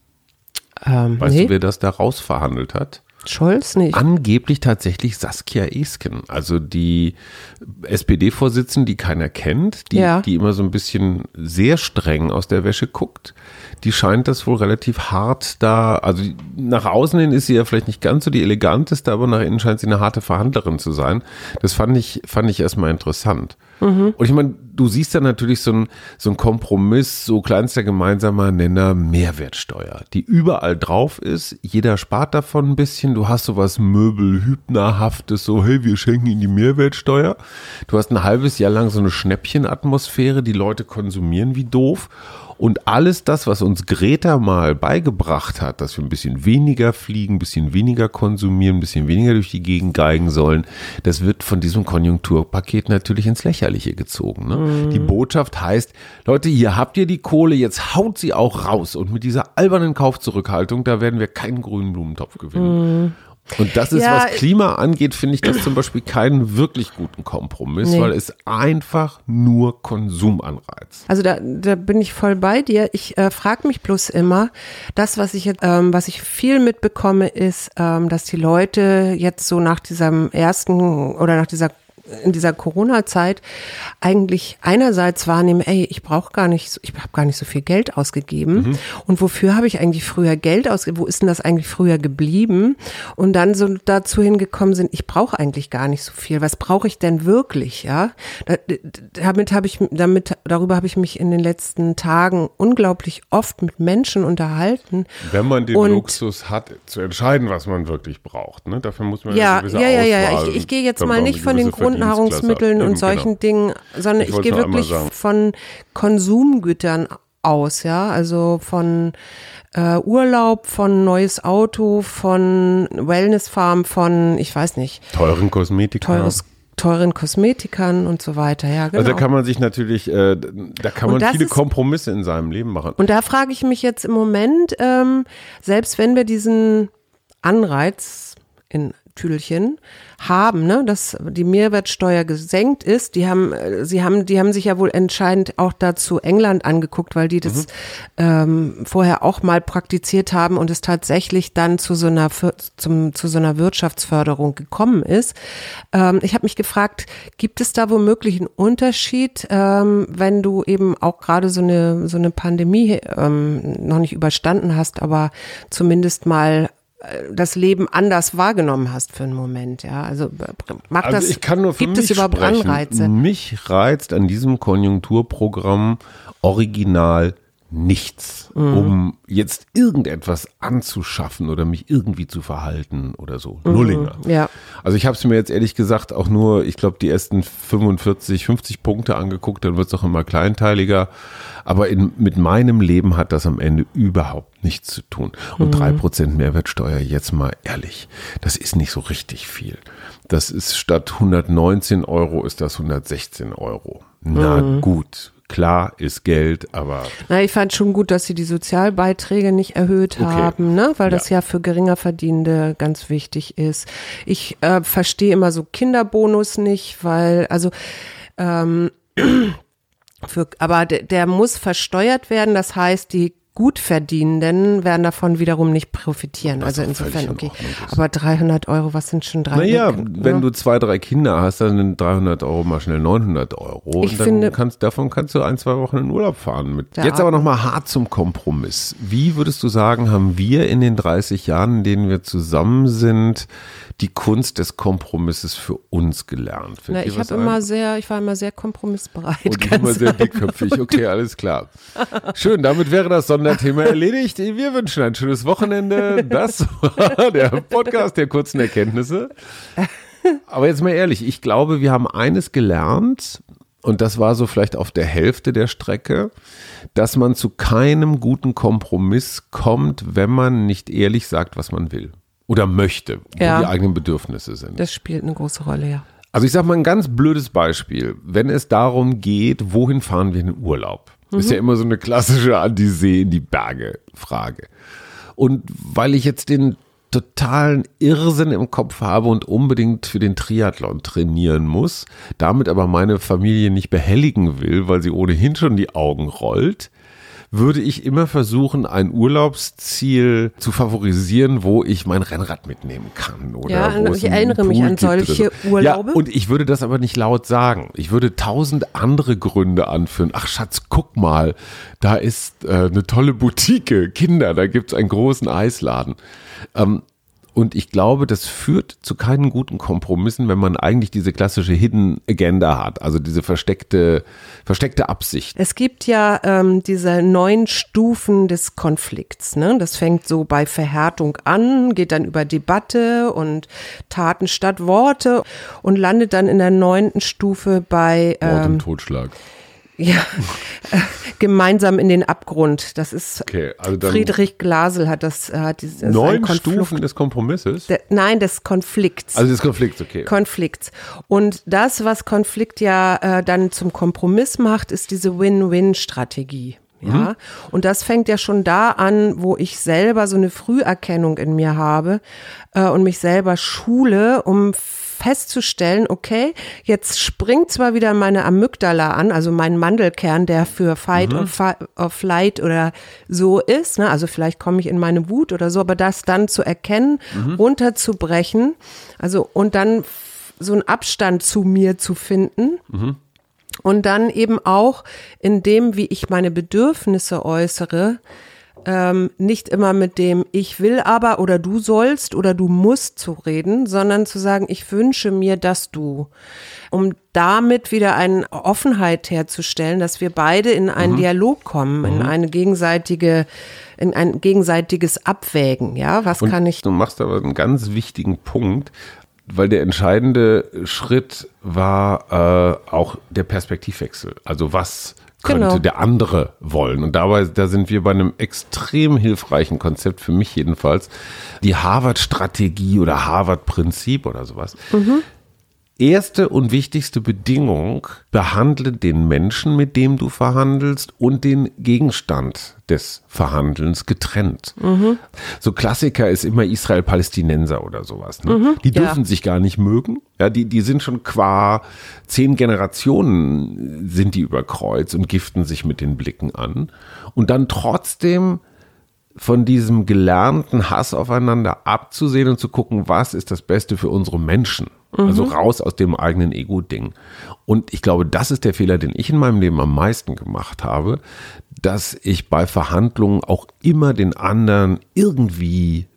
Ähm, weißt nee. du, wer das da rausverhandelt hat? Scholz nicht. Angeblich tatsächlich Saskia Esken, also die S P D-Vorsitzende, die keiner kennt, die, ja. die immer so ein bisschen sehr streng aus der Wäsche guckt. Die scheint das wohl relativ hart da, also nach außen hin ist sie ja vielleicht nicht ganz so die eleganteste, aber nach innen scheint sie eine harte Verhandlerin zu sein. Das fand ich, fand ich erstmal interessant. Mhm. Und ich meine, du siehst dann natürlich so ein, so ein Kompromiss, so kleinster gemeinsamer Nenner, Mehrwertsteuer, die überall drauf ist. Jeder spart davon ein bisschen. Du hast sowas Möbelhübnerhaftes, so hey, wir schenken ihnen die Mehrwertsteuer. Du hast ein halbes Jahr lang so eine Schnäppchenatmosphäre, die Leute konsumieren wie doof. Und alles das, was uns Greta mal beigebracht hat, dass wir ein bisschen weniger fliegen, ein bisschen weniger konsumieren, ein bisschen weniger durch die Gegend geigen sollen, das wird von diesem Konjunkturpaket natürlich ins Lächerliche gezogen. Ne? Mhm. Die Botschaft heißt, Leute, hier habt ihr die Kohle, jetzt haut sie auch raus. Und mit dieser albernen Kaufzurückhaltung, da werden wir keinen grünen Blumentopf gewinnen. Mhm. Und das ist, ja, was Klima angeht, finde ich das zum Beispiel keinen wirklich guten Kompromiss, nee. weil es einfach nur Konsum anreizt. Also da, da bin ich voll bei dir. Ich äh, frage mich bloß immer, das, was ich jetzt, ähm, was ich viel mitbekomme, ist, ähm, dass die Leute jetzt so nach diesem ersten oder nach dieser in dieser Corona-Zeit eigentlich einerseits wahrnehmen, ey, ich brauche gar nicht, so, ich habe gar nicht so viel Geld ausgegeben. Mhm. Und wofür habe ich eigentlich früher Geld ausgegeben? Wo ist denn das eigentlich früher geblieben? Und dann so dazu hingekommen sind, ich brauche eigentlich gar nicht so viel. Was brauche ich denn wirklich? Ja, damit habe ich, damit darüber habe ich mich in den letzten Tagen unglaublich oft mit Menschen unterhalten. Wenn man den und, Luxus hat, zu entscheiden, was man wirklich braucht, ne? Dafür muss man ja, eine gewisse ja, ja, Auswahl. Ja, ich, ich gehe jetzt mal nicht von den Grund Nahrungsmitteln und solchen genau. Dingen, sondern ich, ich gehe wirklich von Konsumgütern aus, ja, also von äh, Urlaub, von neues Auto, von Wellnessfarm, von, ich weiß nicht. Teuren Kosmetikern. Teures teuren Kosmetikern und so weiter, ja, genau. Also da kann man sich natürlich, äh, da kann man viele ist, Kompromisse in seinem Leben machen. Und da frage ich mich jetzt im Moment, ähm, selbst wenn wir diesen Anreiz in Tüdelchen haben, ne, dass die Mehrwertsteuer gesenkt ist. Die haben, sie haben, die haben sich ja wohl entscheidend auch dazu England angeguckt, weil die das mhm. ähm, vorher auch mal praktiziert haben und es tatsächlich dann zu so einer zum zu so einer Wirtschaftsförderung gekommen ist. Ähm, ich habe mich gefragt, gibt es da womöglich einen Unterschied, ähm, wenn du eben auch gerade so eine so eine Pandemie ähm, noch nicht überstanden hast, aber zumindest mal das Leben anders wahrgenommen hast für einen Moment, ja, also macht also das, ich kann nur für gibt mich es überhaupt sprechen. Anreize? Mich reizt an diesem Konjunkturprogramm original nichts, mhm. um jetzt irgendetwas anzuschaffen oder mich irgendwie zu verhalten oder so. Mhm. Nullinger. Ja. Also ich habe es mir jetzt ehrlich gesagt auch nur, ich glaube, die ersten fünfundvierzig, fünfzig Punkte angeguckt, dann wird es auch immer kleinteiliger. Aber in, mit meinem Leben hat das am Ende überhaupt nichts zu tun. Und drei mhm. Prozent Mehrwertsteuer, jetzt mal ehrlich, das ist nicht so richtig viel. Das ist statt hundertneunzehn Euro ist das hundertsechzehn Euro. Na mhm. gut. Klar ist Geld, aber... Na, ich fand schon gut, dass sie die Sozialbeiträge nicht erhöht okay. haben, ne? Weil das ja. ja für Geringerverdienende ganz wichtig ist. Ich äh, verstehe immer so Kinderbonus nicht, weil, also, ähm, für, aber der, der muss versteuert werden, das heißt, die Gutverdienenden werden davon wiederum nicht profitieren. Also insofern, okay. Aber dreihundert Euro, was sind schon dreihundert? Naja, wenn ja. du zwei, drei Kinder hast, dann sind dreihundert Euro mal schnell neunhundert Euro. Ich und dann finde, kannst, davon kannst du ein, zwei Wochen in Urlaub fahren. Mit. Jetzt aber nochmal hart zum Kompromiss. Wie würdest du sagen, haben wir in den dreißig Jahren, in denen wir zusammen sind, die Kunst des Kompromisses für uns gelernt? Na, ich habe immer sehr, ich war immer sehr kompromissbereit. Und immer sehr dickköpfig. Okay, alles klar. Schön, damit wäre das Sonderthema erledigt. Wir wünschen ein schönes Wochenende. Das war der Podcast der kurzen Erkenntnisse. Aber jetzt mal ehrlich, ich glaube, wir haben eines gelernt, und das war so vielleicht auf der Hälfte der Strecke, dass man zu keinem guten Kompromiss kommt, wenn man nicht ehrlich sagt, was man will. Oder möchte, wo ja. die eigenen Bedürfnisse sind. Das spielt eine große Rolle, ja. Also ich sage mal ein ganz blödes Beispiel. Wenn es darum geht, wohin fahren wir in den Urlaub? Mhm. Ist ja immer so eine klassische an die See, in die Berge Frage. Und weil ich jetzt den totalen Irrsinn im Kopf habe und unbedingt für den Triathlon trainieren muss, damit aber meine Familie nicht behelligen will, weil sie ohnehin schon die Augen rollt, würde ich immer versuchen, ein Urlaubsziel zu favorisieren, wo ich mein Rennrad mitnehmen kann. Oder ja, wo ich erinnere mich an solche Urlaube. Ja, und ich würde das aber nicht laut sagen. Ich würde tausend andere Gründe anführen. Ach Schatz, guck mal, da ist äh, eine tolle Boutique. Kinder, da gibt's einen großen Eisladen. Ähm, Und ich glaube, das führt zu keinen guten Kompromissen, wenn man eigentlich diese klassische Hidden Agenda hat, also diese versteckte, versteckte Absicht. Es gibt ja ähm, diese neun Stufen des Konflikts. Ne? Das fängt so bei Verhärtung an, geht dann über Debatte und Taten statt Worte und landet dann in der neunten Stufe bei Mord ähm, und Totschlag. Ja, äh, gemeinsam in den Abgrund. Das ist Okay, also dann Friedrich Glasel hat das. Äh, hat dieses, neun ein Stufen des Kompromisses? De, nein, des Konflikts. Also des Konflikts, okay. Konflikts. Und das, was Konflikt ja äh, dann zum Kompromiss macht, ist diese Win-Win-Strategie. Ja, mhm. Und das fängt ja schon da an, wo ich selber so eine Früherkennung in mir habe äh, und mich selber schule, um festzustellen, okay, jetzt springt zwar wieder meine Amygdala an, also mein Mandelkern, der für Fight mhm. or, Fi- or Flight oder so ist, ne? Also vielleicht komme ich in meine Wut oder so, aber das dann zu erkennen, mhm. runterzubrechen, also und dann so einen Abstand zu mir zu finden. Mhm. Und dann eben auch in dem, wie ich meine Bedürfnisse äußere, ähm, nicht immer mit dem ich will aber oder du sollst oder du musst zu reden, sondern zu sagen, ich wünsche mir, dass du, um damit wieder eine Offenheit herzustellen, dass wir beide in einen mhm. Dialog kommen, in Mhm. eine gegenseitige, in ein gegenseitiges Abwägen. Ja, was Und kann ich? Du machst aber einen ganz wichtigen Punkt, weil der entscheidende Schritt war äh, auch der Perspektivwechsel. Also was könnte Genau. der andere wollen? Und dabei, da sind wir bei einem extrem hilfreichen Konzept, für mich jedenfalls, die Harvard-Strategie oder Harvard-Prinzip oder sowas. Mhm. Erste und wichtigste Bedingung, behandle den Menschen, mit dem du verhandelst, und den Gegenstand des Verhandelns getrennt. Mhm. So Klassiker ist immer Israel-Palästinenser oder sowas. Ne? Mhm, die dürfen ja. sich gar nicht mögen. Ja, die, die sind schon qua zehn Generationen sind die über Kreuz und giften sich mit den Blicken an. Und dann trotzdem von diesem gelernten Hass aufeinander abzusehen und zu gucken, was ist das Beste für unsere Menschen. Also raus aus dem eigenen Ego-Ding. Und ich glaube, das ist der Fehler, den ich in meinem Leben am meisten gemacht habe, dass ich bei Verhandlungen auch immer den anderen irgendwie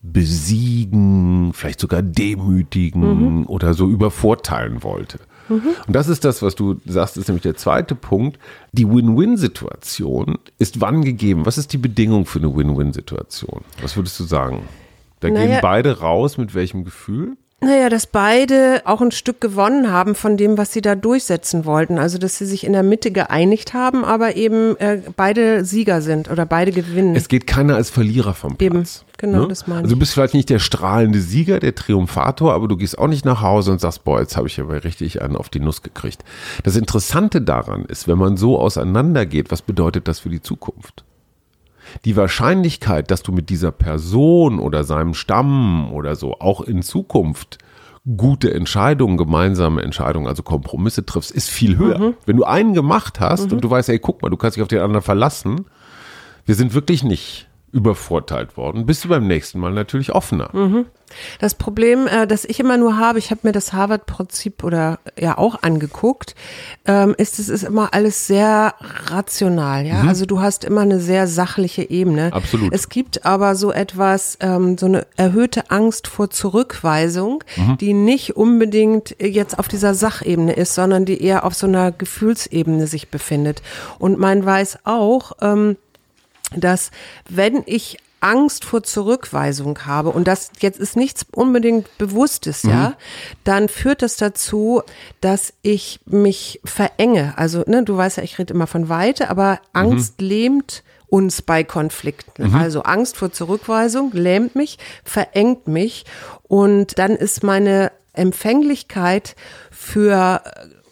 besiegen, vielleicht sogar demütigen mhm. oder so übervorteilen wollte. Mhm. Und das ist das, was du sagst, ist nämlich der zweite Punkt. Die Win-Win-Situation ist wann gegeben? Was ist die Bedingung für eine Win-Win-Situation? Was würdest du sagen? Da naja. gehen beide raus mit welchem Gefühl? Naja, dass beide auch ein Stück gewonnen haben von dem, was sie da durchsetzen wollten. Also, dass sie sich in der Mitte geeinigt haben, aber eben äh, beide Sieger sind oder beide gewinnen. Es geht keiner als Verlierer vom Platz. Eben, genau, ne? das meine ich. Also, du bist vielleicht nicht der strahlende Sieger, der Triumphator, aber du gehst auch nicht nach Hause und sagst, boah, jetzt habe ich aber richtig einen auf die Nuss gekriegt. Das Interessante daran ist, wenn man so auseinandergeht, was bedeutet das für die Zukunft? Die Wahrscheinlichkeit, dass du mit dieser Person oder seinem Stamm oder so auch in Zukunft gute Entscheidungen, gemeinsame Entscheidungen, also Kompromisse triffst, ist viel höher. Mhm. Wenn du einen gemacht hast mhm. und du weißt, ey, guck mal, du kannst dich auf den anderen verlassen, wir sind wirklich nicht übervorteilt worden, bist du beim nächsten Mal natürlich offener. Mhm. Das Problem, äh, das ich immer nur habe, ich habe mir das Harvard-Prinzip oder ja auch angeguckt, ähm, ist, es ist immer alles sehr rational, ja. Mhm. Also du hast immer eine sehr sachliche Ebene. Absolut. Es gibt aber so etwas, ähm, so eine erhöhte Angst vor Zurückweisung, mhm. die nicht unbedingt jetzt auf dieser Sachebene ist, sondern die eher auf so einer Gefühlsebene sich befindet. Und man weiß auch, ähm, dass wenn ich Angst vor Zurückweisung habe und das jetzt ist nichts unbedingt Bewusstes, mhm. ja, dann führt das dazu, dass ich mich verenge. Also, ne, du weißt ja, ich rede immer von Weite, aber Angst mhm. lähmt uns bei Konflikten. Mhm. Also Angst vor Zurückweisung lähmt mich, verengt mich und dann ist meine Empfänglichkeit für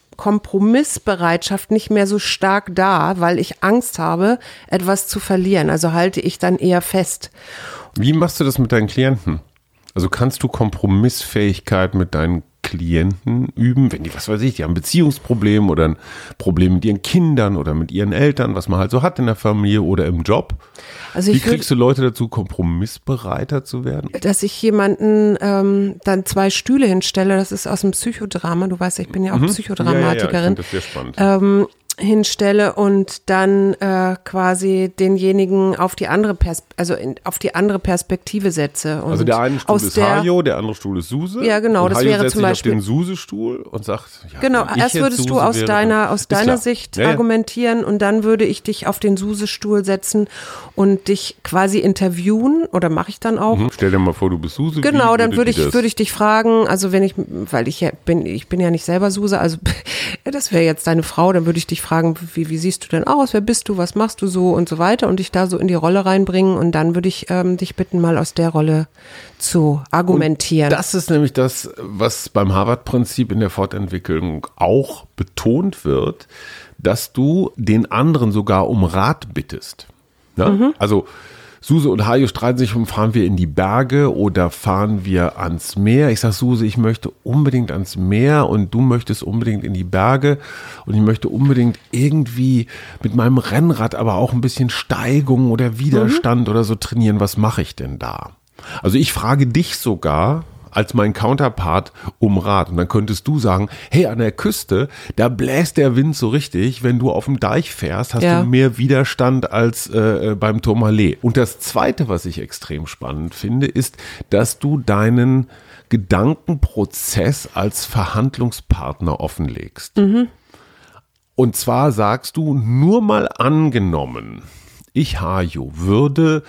Kompromissbereitschaft nicht mehr so stark da, weil ich Angst habe, etwas zu verlieren. Also halte ich dann eher fest. Wie machst du das mit deinen Klienten? Also kannst du Kompromissfähigkeit mit deinen Klienten üben, wenn die, was weiß ich, die haben ein Beziehungsproblem oder ein Problem mit ihren Kindern oder mit ihren Eltern, was man halt so hat in der Familie oder im Job. Also Wie kriegst würd, du Leute dazu, kompromissbereiter zu werden? Dass ich jemanden ähm, dann zwei Stühle hinstelle, das ist aus dem Psychodrama, du weißt, ich bin ja auch mhm. Psychodramatikerin. Ja, ja, ja, ich finde das sehr spannend. Ähm, hinstelle und dann äh, quasi denjenigen auf die andere Pers- also in, auf die andere Perspektive setze. Und also der eine Stuhl aus ist der, Hajo, der andere Stuhl ist Suse. Ja, genau, und das Hajo wäre setzt zum sich Beispiel auf den Suse-Stuhl und sagt, ja, genau, wenn ich erst jetzt würdest du Suse aus wäre, deiner aus ist deiner klar. Sicht Ja, ja. argumentieren und dann würde ich dich auf den Suse-Stuhl setzen und dich quasi interviewen oder mache ich dann auch. Mhm. Stell dir mal vor, du bist Suse. Genau, wie dann würde die ich das- würde ich dich fragen, also wenn ich, weil ich ja bin, ich bin ja nicht selber Suse, also das wäre jetzt deine Frau, dann würde ich dich fragen, wie, wie siehst du denn aus, wer bist du, was machst du so und so weiter und dich da so in die Rolle reinbringen und dann würde ich ähm, dich bitten, mal aus der Rolle zu argumentieren. Und das ist nämlich das, was beim Harvard-Prinzip in der Fortentwicklung auch betont wird, dass du den anderen sogar um Rat bittest. Ja? Mhm. Also Suse und Hajo streiten sich um, fahren wir in die Berge oder fahren wir ans Meer. Ich sage, Suse, ich möchte unbedingt ans Meer und du möchtest unbedingt in die Berge und ich möchte unbedingt irgendwie mit meinem Rennrad aber auch ein bisschen Steigung oder Widerstand mhm. oder so trainieren. Was mache ich denn da? Also ich frage dich sogar als mein Counterpart um Rat. Und dann könntest du sagen, hey, an der Küste, da bläst der Wind so richtig, wenn du auf dem Deich fährst, hast ja. du mehr Widerstand als äh, beim Tourmalet. Und das Zweite, was ich extrem spannend finde, ist, dass du deinen Gedankenprozess als Verhandlungspartner offenlegst. Mhm. Und zwar sagst du, nur mal angenommen, ich, Hajo, würde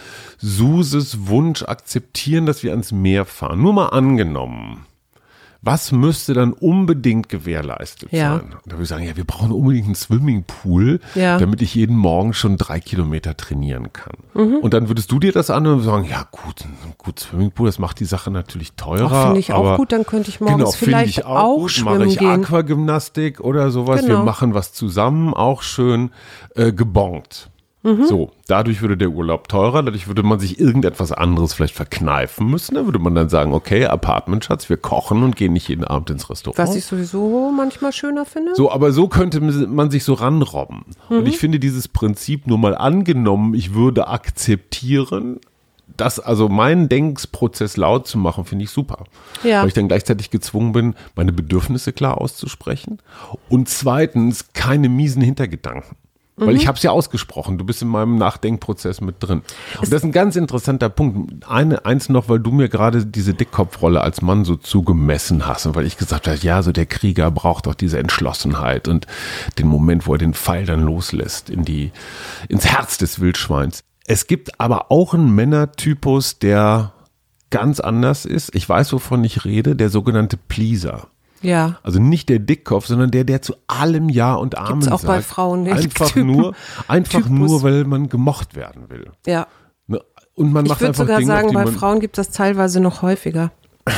Suses Wunsch akzeptieren, dass wir ans Meer fahren. Nur mal angenommen. Was müsste dann unbedingt gewährleistet ja. sein? Da würde ich sagen, ja, wir brauchen unbedingt einen Swimmingpool, ja. damit ich jeden Morgen schon drei Kilometer trainieren kann. Mhm. Und dann würdest du dir das an und sagen, ja gut, ein gut Swimmingpool, das macht die Sache natürlich teurer. Finde ich auch gut, dann könnte ich morgens genau, vielleicht ich auch, auch gut, schwimmen mache ich gehen. Aquagymnastik oder sowas. Genau. Wir machen was zusammen, auch schön äh, gebongt. Mhm. So, dadurch würde der Urlaub teurer, dadurch würde man sich irgendetwas anderes vielleicht verkneifen müssen. Da würde man dann sagen, okay, Apartment, Schatz, wir kochen und gehen nicht jeden Abend ins Restaurant. Was ich sowieso manchmal schöner finde. So, aber so könnte man sich so ranrobben. Mhm. Und ich finde dieses Prinzip nur mal angenommen, ich würde akzeptieren, das, also meinen Denkprozess laut zu machen, finde ich super. Ja. Weil ich dann gleichzeitig gezwungen bin, meine Bedürfnisse klar auszusprechen. Und zweitens, keine miesen Hintergedanken. Weil ich habe es ja ausgesprochen, du bist in meinem Nachdenkprozess mit drin. Und das ist ein ganz interessanter Punkt. Eine, eins noch, weil du mir gerade diese Dickkopfrolle als Mann so zugemessen hast und weil ich gesagt habe, ja, so der Krieger braucht doch diese Entschlossenheit und den Moment, wo er den Pfeil dann loslässt in die, ins Herz des Wildschweins. Es gibt aber auch einen Männertypus, der ganz anders ist. Ich weiß, wovon ich rede, der sogenannte Pleaser. Ja. Also nicht der Dickkopf, sondern der, der zu allem Ja und Amen Gibt's auch sagt. bei Frauen nicht. Einfach Typen. nur, einfach Typus. nur, weil man gemocht werden will. Ja. Und man Ich macht würde einfach sogar Dinge, sagen, auf die bei man, Frauen gibt es das teilweise noch häufiger.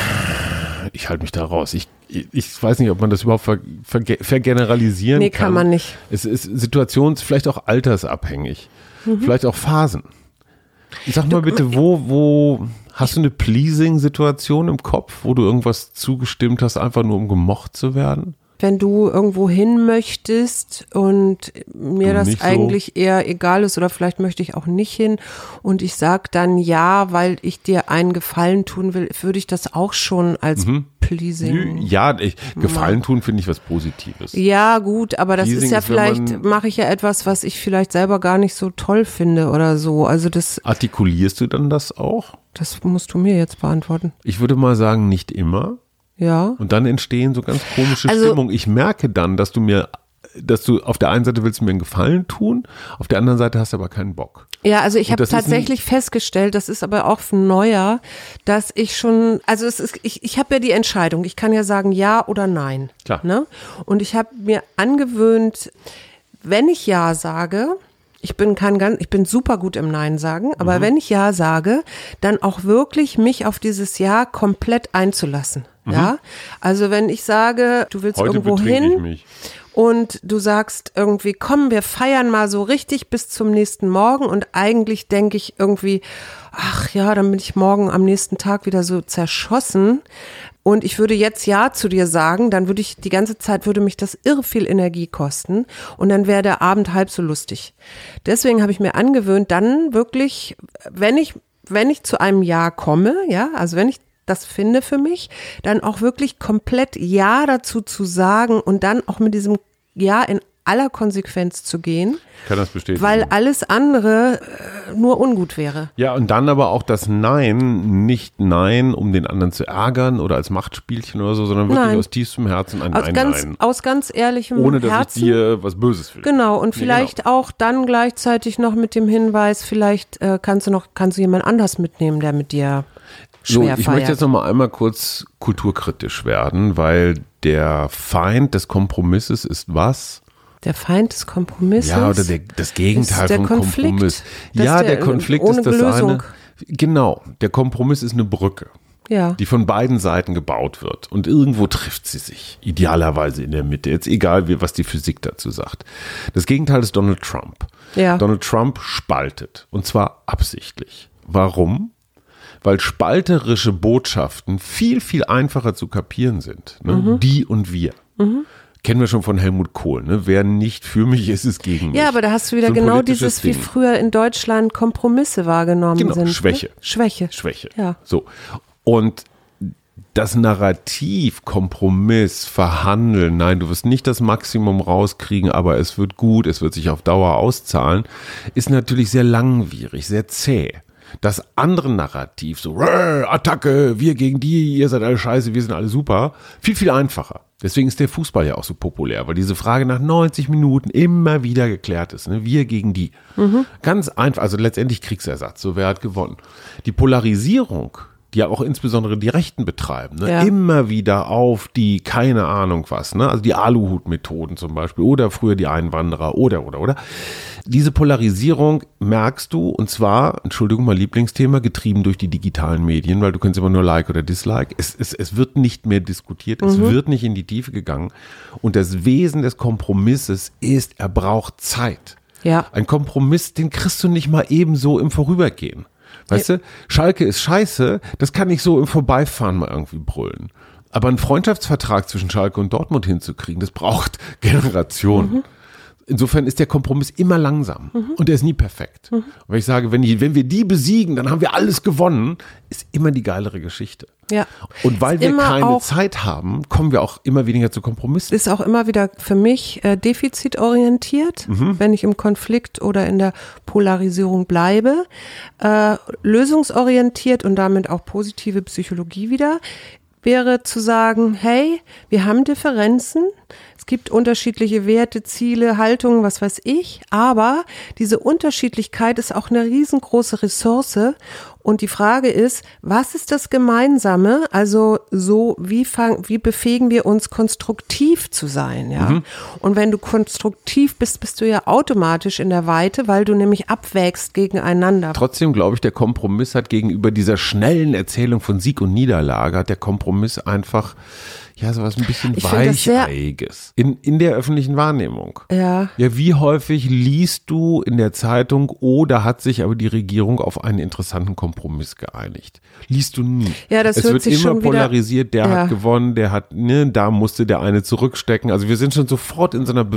Ich halte mich da raus. Ich, ich weiß nicht, ob man das überhaupt ver, ver, vergeneralisieren nee, kann. Nee, kann man nicht. Es ist situations-, vielleicht auch altersabhängig. Mhm. Vielleicht auch Phasen. Sag mal bitte, wo, wo hast du eine Pleasing-Situation im Kopf, wo du irgendwas zugestimmt hast, einfach nur um gemocht zu werden? Wenn du irgendwo hin möchtest und mir Du das nicht so. eigentlich eher egal ist oder vielleicht möchte ich auch nicht hin und ich sag dann ja, weil ich dir einen Gefallen tun will, würde ich das auch schon als Mhm. pleasing. Ja, ich, Gefallen tun finde ich was Positives. Ja, gut, aber das Pleasing ist ja ist, wenn vielleicht, man- mache ich ja etwas, was ich vielleicht selber gar nicht so toll finde oder so. Also das, Artikulierst du dann das auch? das musst du mir jetzt beantworten. Ich würde mal sagen, nicht immer. Ja. Und dann entstehen so ganz komische Also- Stimmung. Ich merke dann, dass du mir, dass du auf der einen Seite willst du mir einen Gefallen tun, auf der anderen Seite hast du aber keinen Bock. Ja, also ich Und habe das ist ein- tatsächlich festgestellt, das ist aber auch neuer, dass ich schon, also es ist, ich, ich habe ja die Entscheidung, ich kann ja sagen ja oder nein. Klar. Ne? Und ich habe mir angewöhnt, wenn ich ja sage, ich bin kein ganz, ich bin super gut im Nein sagen, aber Mhm. wenn ich ja sage, dann auch wirklich mich auf dieses Ja komplett einzulassen. Ja, also wenn ich sage, du willst Mhm. Heute irgendwo betrinke ich hin mich. und du sagst irgendwie, komm, wir feiern mal so richtig bis zum nächsten Morgen und eigentlich denke ich irgendwie, ach ja, dann bin ich morgen am nächsten Tag wieder so zerschossen und ich würde jetzt Ja zu dir sagen, dann würde ich, die ganze Zeit würde mich das irre viel Energie kosten und dann wäre der Abend halb so lustig. Deswegen habe ich mir angewöhnt, dann wirklich, wenn ich, wenn ich zu einem Ja komme, ja, also wenn ich das finde für mich, dann auch wirklich komplett Ja dazu zu sagen und dann auch mit diesem Ja in aller Konsequenz zu gehen, Ich kann das bestätigen. weil alles andere äh, nur ungut wäre. Ja, und dann aber auch das Nein, nicht Nein, um den anderen zu ärgern oder als Machtspielchen oder so, sondern wirklich Nein. aus tiefstem Herzen ein Aus Nein, ganz, Nein. aus ganz ehrlichem Ohne dass Herzen. ich dir was Böses will. Genau, und Nee, vielleicht auch dann gleichzeitig noch mit dem Hinweis, vielleicht äh, kannst du noch, kannst du jemand anders mitnehmen, der mit dir So, schwer ich feiert. möchte jetzt noch mal einmal kurz kulturkritisch werden, weil der Feind des Kompromisses ist was? Der Feind des Kompromisses. Ja, oder der, das Gegenteil ist der von Konflikt. Kompromiss. Das Ja, ist der, der- Konflikt ohne ist das Lösung. eine. Genau, der Kompromiss ist eine Brücke, Ja. die von beiden Seiten gebaut wird. Und irgendwo trifft sie sich, idealerweise in der Mitte. Jetzt egal, wie, was die Physik dazu sagt. Das Gegenteil ist Donald Trump. Ja. Donald Trump spaltet, und zwar absichtlich. Warum? Weil spalterische Botschaften viel, viel einfacher zu kapieren sind. Ne? Mhm. Die und wir. Kennen wir schon von Helmut Kohl. Ne? Wer nicht für mich ist, ist gegen mich. Ja, aber da hast du wieder So ein genau politisches dieses, wie Ding. früher in Deutschland Kompromisse wahrgenommen Genau, sind. Schwäche. Ne? Schwäche. Schwäche. Ja. So. Und das Narrativ, Kompromiss, Verhandeln, nein, du wirst nicht das Maximum rauskriegen, aber es wird gut, es wird sich auf Dauer auszahlen, ist natürlich sehr langwierig, sehr zäh. Das andere Narrativ, so "Rrr, Attacke, wir gegen die, ihr seid alle scheiße, wir sind alle super, viel, viel einfacher. Deswegen ist der Fußball ja auch so populär, weil diese Frage nach neunzig Minuten immer wieder geklärt ist. Ne? Wir gegen die. Mhm. Ganz einfach, also letztendlich Kriegsersatz, so wer hat gewonnen. Die Polarisierung, die ja auch insbesondere die Rechten betreiben, ne? Ja. Immer wieder auf die, keine Ahnung was, ne? Also die Aluhut-Methoden zum Beispiel oder früher die Einwanderer oder, oder, oder. Diese Polarisierung merkst du, und zwar, Entschuldigung, mein Lieblingsthema, getrieben durch die digitalen Medien, weil du kannst immer nur Like oder Dislike. Es, es, es wird nicht mehr diskutiert, es wird nicht in die Tiefe gegangen. Und das Wesen des Kompromisses ist, er braucht Zeit. Ja. Ein Kompromiss, den kriegst du nicht mal ebenso im Vorübergehen. Weißt du, Schalke ist scheiße, das kann ich so im Vorbeifahren mal irgendwie brüllen. Aber einen Freundschaftsvertrag zwischen Schalke und Dortmund hinzukriegen, das braucht Generationen. Mhm. Insofern ist der Kompromiss immer langsam und der ist nie perfekt. Mhm. Und wenn ich sage, wenn, die, wenn wir die besiegen, dann haben wir alles gewonnen, ist immer die geilere Geschichte. Ja. Und weil Ist wir immer keine auch- Zeit haben, kommen wir auch immer weniger zu Kompromissen. Ist auch immer wieder für mich äh, defizitorientiert, Mhm. wenn ich im Konflikt oder in der Polarisierung bleibe. Äh, lösungsorientiert und damit auch positive Psychologie wieder wäre zu sagen, hey, wir haben Differenzen, es gibt unterschiedliche Werte, Ziele, Haltungen, was weiß ich, aber diese Unterschiedlichkeit ist auch eine riesengroße Ressource und die Frage ist, was ist das Gemeinsame? Also so, wie fang, wie befähigen wir uns konstruktiv zu sein, ja? Mhm. Und wenn du konstruktiv bist, bist du ja automatisch in der Weite, weil du nämlich abwägst gegeneinander. Trotzdem glaube ich, der Kompromiss hat gegenüber dieser schnellen Erzählung von Sieg und Niederlage, hat der Kompromiss einfach, ja, sowas ein bisschen Ich finde das sehr- Weicheiges in, in der öffentlichen Wahrnehmung. Ja. Ja, wie häufig liest du in der Zeitung, oh, da hat sich aber die Regierung auf einen interessanten Kompromiss geeinigt. Liest du nie. Ja, das es hört wird sich immer schon wieder- polarisiert, der Ja. hat gewonnen, der hat, ne, da musste der eine zurückstecken. Also wir sind schon sofort in so einer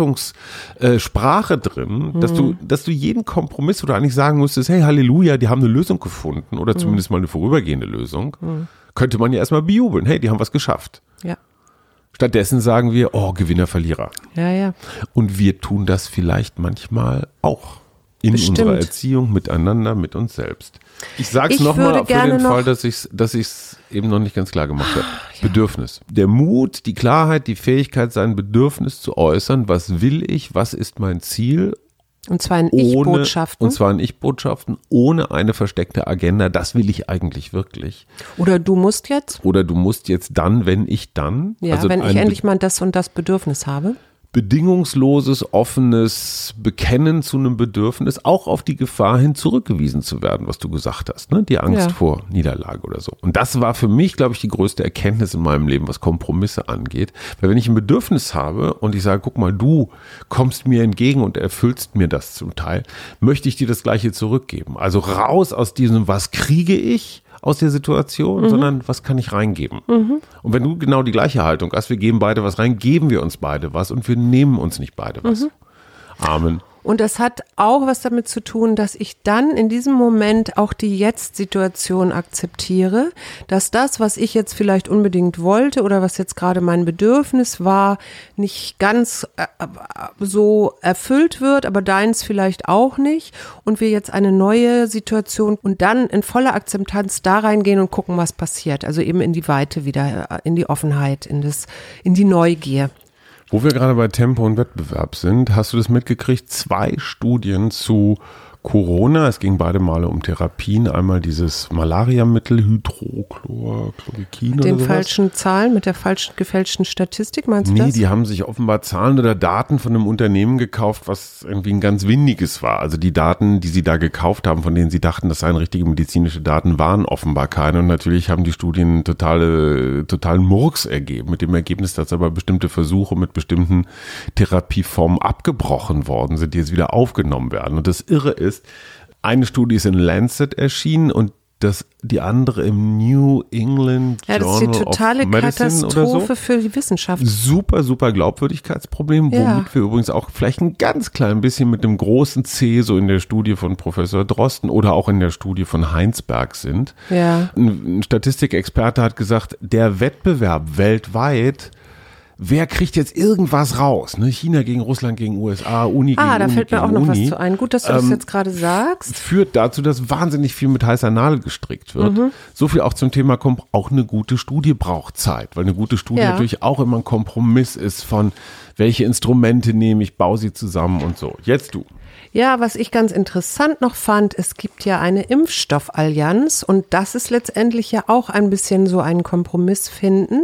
Bewertungssprache drin, dass Mhm. du, dass du jeden Kompromiss, wo du eigentlich sagen musstest, hey, Halleluja, die haben eine Lösung gefunden oder Mhm. zumindest mal eine vorübergehende Lösung, könnte man ja erstmal bejubeln. Hey, die haben was geschafft. Ja. Stattdessen sagen wir, oh, Gewinner, Verlierer. Ja, ja. Und wir tun das vielleicht manchmal auch in Bestimmt. unserer Erziehung miteinander, mit uns selbst. Ich sage es Ich nochmal würde für gerne den noch- Fall, dass ich es dass ich's eben noch nicht ganz klar gemacht habe. Bedürfnis. Der Mut, die Klarheit, die Fähigkeit, sein Bedürfnis zu äußern. Was will ich? Was ist mein Ziel? Und zwar in Ohne, Ich-Botschaften. und zwar in Ich-Botschaften, ohne eine versteckte Agenda. Das will ich eigentlich wirklich. Oder du musst jetzt, Oder du musst jetzt dann, wenn ich dann. ja, also wenn ich ein endlich mal das und das Bedürfnis habe. bedingungsloses, offenes Bekennen zu einem Bedürfnis, auch auf die Gefahr hin zurückgewiesen zu werden, was du gesagt hast, ne? Die Angst Ja. vor Niederlage oder so. Und das war für mich, glaube ich, die größte Erkenntnis in meinem Leben, was Kompromisse angeht. Weil wenn ich ein Bedürfnis habe und ich sage, guck mal, du kommst mir entgegen und erfüllst mir das zum Teil, möchte ich dir das Gleiche zurückgeben. Also raus aus diesem, was kriege ich aus der Situation, sondern was kann ich reingeben? Und wenn du genau die gleiche Haltung hast, wir geben beide was rein, geben wir uns beide was und wir nehmen uns nicht beide was. Amen. Und das hat auch was damit zu tun, dass ich dann in diesem Moment auch die Jetzt-Situation akzeptiere, dass das, was ich jetzt vielleicht unbedingt wollte oder was jetzt gerade mein Bedürfnis war, nicht ganz äh, so erfüllt wird, aber deins vielleicht auch nicht. Und wir jetzt eine neue Situation und dann in voller Akzeptanz da reingehen und gucken, was passiert. Also eben in die Weite wieder, in die Offenheit, in das, in die Neugier. Wo wir gerade bei Tempo und Wettbewerb sind, hast du das mitgekriegt? Zwei Studien zu Corona. Es ging beide Male um Therapien. Einmal dieses Malariamittel, Hydrochloroquin oder Den sowas. falschen Zahlen mit der falschen gefälschten Statistik, meinst du Nee, das? die haben sich offenbar Zahlen oder Daten von einem Unternehmen gekauft, was irgendwie ein ganz windiges war. Also die Daten, die sie da gekauft haben, von denen sie dachten, das seien richtige medizinische Daten, waren offenbar keine. Und natürlich haben die Studien totale, totalen Murks ergeben, mit dem Ergebnis, dass aber bestimmte Versuche mit bestimmten Therapieformen abgebrochen worden sind, die jetzt wieder aufgenommen werden. Und das Irre ist, eine Studie ist in Lancet erschienen und das, die andere im New England Ja, das ist Journal die totale of Medicine oder so. Katastrophe für die Wissenschaft. Super, super Glaubwürdigkeitsproblem, Ja. womit wir übrigens auch vielleicht ein ganz klein bisschen mit dem großen C so in der Studie von Professor Drosten oder auch in der Studie von Heinsberg sind. Ja. Ein, ein Statistikexperte hat gesagt, der Wettbewerb weltweit, wer kriegt jetzt irgendwas raus? Ne? China gegen Russland gegen U S A, Uni gegen Ah, da Uni fällt mir gegen auch noch Uni. was zu ein. Gut, dass du das Ähm, jetzt gerade sagst. Führt dazu, dass wahnsinnig viel mit heißer Nadel gestrickt wird. Mhm. So viel auch zum Thema, auch eine gute Studie braucht Zeit, weil eine gute Studie Ja. natürlich auch immer ein Kompromiss ist von, welche Instrumente nehme ich, baue sie zusammen und so. Jetzt du. Ja, was ich ganz interessant noch fand, es gibt ja eine Impfstoffallianz und das ist letztendlich ja auch ein bisschen so ein Kompromiss finden,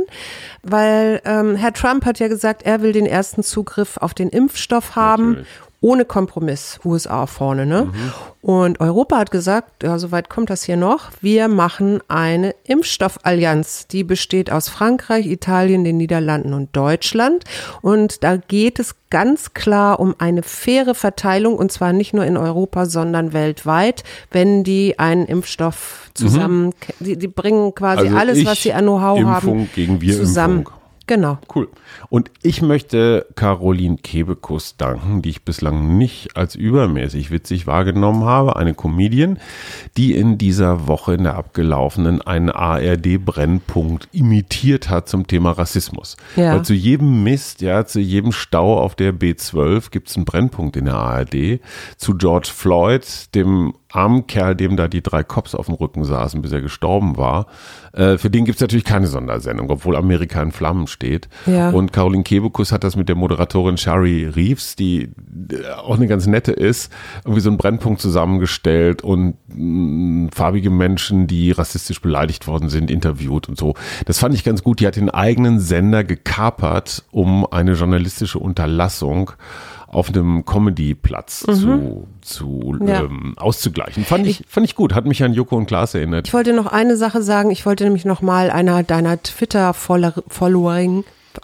weil ähm, Herr Trump hat ja gesagt, er will den ersten Zugriff auf den Impfstoff haben. Natürlich. Ohne Kompromiss, U S A vorne, ne? Mhm. Und Europa hat gesagt, ja, soweit kommt das hier noch, wir machen eine Impfstoffallianz, die besteht aus Frankreich, Italien, den Niederlanden und Deutschland. Und da geht es ganz klar um eine faire Verteilung und zwar nicht nur in Europa, sondern weltweit, wenn die einen Impfstoff zusammen, mhm. die, die bringen quasi also alles, was sie an Know-how haben, Impfung gegen wir zusammen. Impfung. Genau. Cool. Und ich möchte Caroline Kebekus danken, die ich bislang nicht als übermäßig witzig wahrgenommen habe. Eine Comedian, die in dieser Woche, in der abgelaufenen, einen A R D-Brennpunkt imitiert hat zum Thema Rassismus. Ja. Weil zu jedem Mist, ja, zu jedem Stau auf der B zwölf gibt es einen Brennpunkt in der A R D. Zu George Floyd, dem armen Kerl, dem da die drei Cops auf dem Rücken saßen, bis er gestorben war. Äh, für den gibt es natürlich keine Sondersendung, obwohl Amerika in Flammen steht. Ja. Und Caroline Kebekus hat das mit der Moderatorin Shari Reeves, die auch eine ganz nette ist, irgendwie so einen Brennpunkt zusammengestellt und mh, farbige Menschen, die rassistisch beleidigt worden sind, interviewt und so. Das fand ich ganz gut. Die hat den eigenen Sender gekapert, um eine journalistische Unterlassung auf einem Comedy-Platz mhm. zu, zu ja. ähm, auszugleichen. Fand ich, ich, fand ich gut. Hat mich an Joko und Klaas erinnert. Ich wollte noch eine Sache sagen. Ich wollte nämlich noch mal einer deiner Twitter-Following,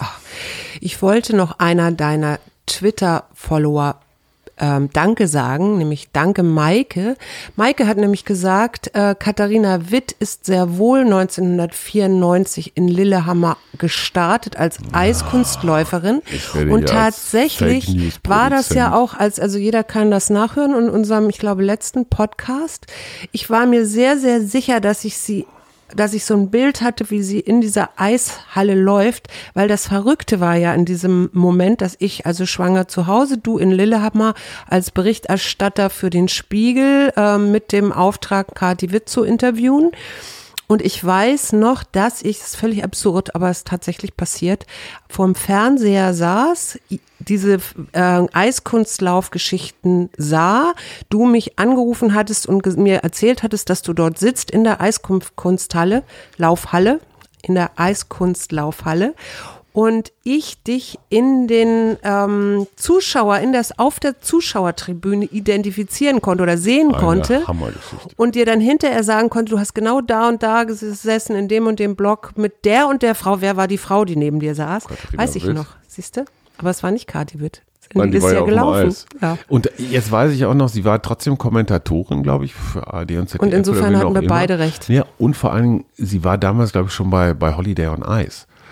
ich wollte noch einer deiner Twitter-Follower Ähm, Danke sagen, nämlich Danke Maike. Maike hat nämlich gesagt, äh, Katharina Witt ist sehr wohl neunzehnhundertvierundneunzig in Lillehammer gestartet als Eiskunstläuferin und tatsächlich war das ja auch, als also jeder kann das nachhören in unserem, ich glaube, letzten Podcast. Ich war mir sehr, sehr sicher, dass ich sie dass ich so ein Bild hatte, wie sie in dieser Eishalle läuft, weil das Verrückte war ja in diesem Moment, dass ich also schwanger zu Hause, du in Lillehammer als Berichterstatter für den Spiegel äh, mit dem Auftrag, Kathi Witt zu interviewen. Und ich weiß noch, dass ich, das ist völlig absurd, aber es ist tatsächlich passiert, vorm Fernseher saß, diese äh, Eiskunstlaufgeschichten sah, du mich angerufen hattest und mir erzählt hattest, dass du dort sitzt in der Eiskunsthalle, Laufhalle, in der Eiskunstlaufhalle. Und ich dich in den ähm, Zuschauer, in das, auf der Zuschauertribüne identifizieren konnte oder sehen Eine konnte Hammergeschichte. Und dir dann hinterher sagen konnte, du hast genau da und da gesessen in dem und dem Block mit der und der Frau. Wer war die Frau, die neben dir saß? Katharina Weiß ich Witt. noch, siehst du? Aber es war nicht Kathi Witt. Mann, Die ist war ja auf dem gelaufen. Eis. Ja. Und jetzt weiß ich auch noch, sie war trotzdem Kommentatorin, glaube ich, für A R D und Z D F. Und insofern oder wen hatten auch wir immer. beide recht. Ja, und vor allen Dingen, sie war damals, glaube ich, schon bei, bei Holiday on Ice.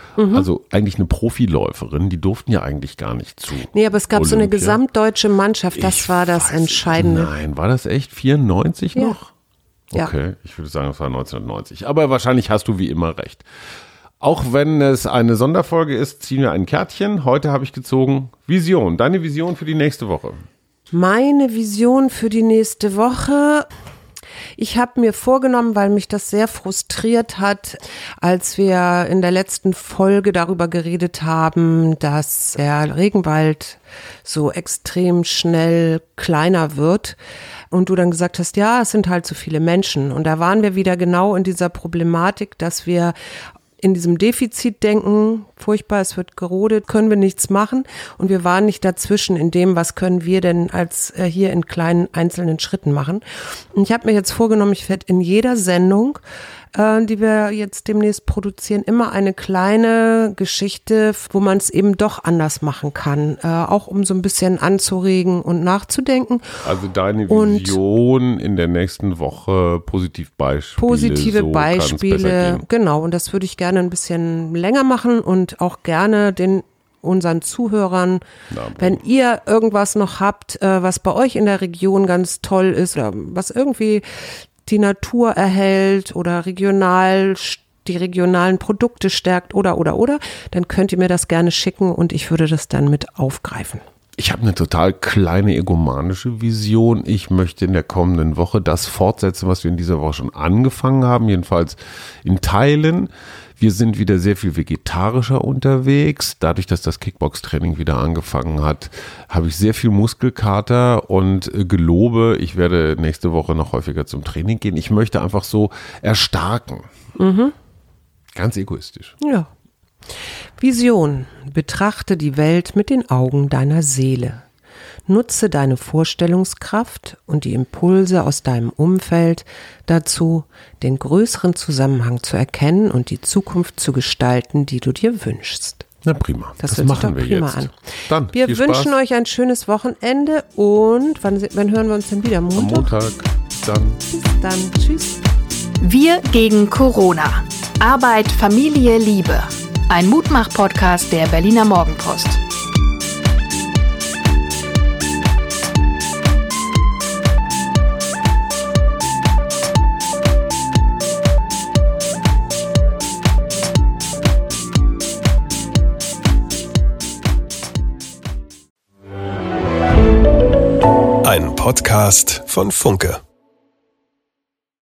Mhm. Also eigentlich eine Profiläuferin, die durften ja eigentlich gar nicht zu. Nee, aber es gab Olympia. So eine gesamtdeutsche Mannschaft, das ich war das Entscheidende. Nein, war das echt vierundneunzig ja. noch? Okay, ja. Ich würde sagen, es war neunzehnhundertneunzig. Aber wahrscheinlich hast du wie immer recht. Auch wenn es eine Sonderfolge ist, ziehen wir ein Kärtchen. Heute habe ich gezogen Vision. Deine Vision für die nächste Woche? Meine Vision für die nächste Woche. Ich habe mir vorgenommen, weil mich das sehr frustriert hat, als wir in der letzten Folge darüber geredet haben, dass der Regenwald so extrem schnell kleiner wird. Und du dann gesagt hast, ja, es sind halt so viele Menschen. Und da waren wir wieder genau in dieser Problematik, dass wir in diesem Defizitdenken, furchtbar, es wird gerodet, können wir nichts machen. Und wir waren nicht dazwischen in dem, was können wir denn als äh, hier in kleinen einzelnen Schritten machen. Und ich habe mir jetzt vorgenommen, ich werde in jeder Sendung, äh, die wir jetzt demnächst produzieren, immer eine kleine Geschichte, wo man es eben doch anders machen kann. Äh, auch um so ein bisschen anzuregen und nachzudenken. Also deine Vision und in der nächsten Woche Positivbeispiele. Positive so Beispiele, genau. Und das würde ich gerne ein bisschen länger machen und auch gerne den unseren Zuhörern, Na, wenn ihr irgendwas noch habt, äh, was bei euch in der Region ganz toll ist oder was irgendwie die Natur erhält oder regional die regionalen Produkte stärkt oder oder oder, dann könnt ihr mir das gerne schicken und ich würde das dann mit aufgreifen. Ich habe eine total kleine egomanische Vision. Ich möchte in der kommenden Woche das fortsetzen, was wir in dieser Woche schon angefangen haben, jedenfalls in Teilen. Wir sind wieder sehr viel vegetarischer unterwegs. Dadurch, dass das Kickbox-Training wieder angefangen hat, habe ich sehr viel Muskelkater und gelobe, ich werde nächste Woche noch häufiger zum Training gehen. Ich möchte einfach so erstarken. Mhm. Ganz egoistisch. Ja. Vision. Betrachte die Welt mit den Augen deiner Seele. Nutze deine Vorstellungskraft und die Impulse aus deinem Umfeld dazu, den größeren Zusammenhang zu erkennen und die Zukunft zu gestalten, die du dir wünschst. Na prima, das, das machen wir jetzt. An. Dann, wir wünschen euch ein schönes Wochenende und wann, wann hören wir uns denn wieder? Montag? Am Montag. Bis dann. Bis dann. Tschüss. Wir gegen Corona. Arbeit, Familie, Liebe. Ein Mutmach-Podcast der Berliner Morgenpost. Ein Podcast von Funke.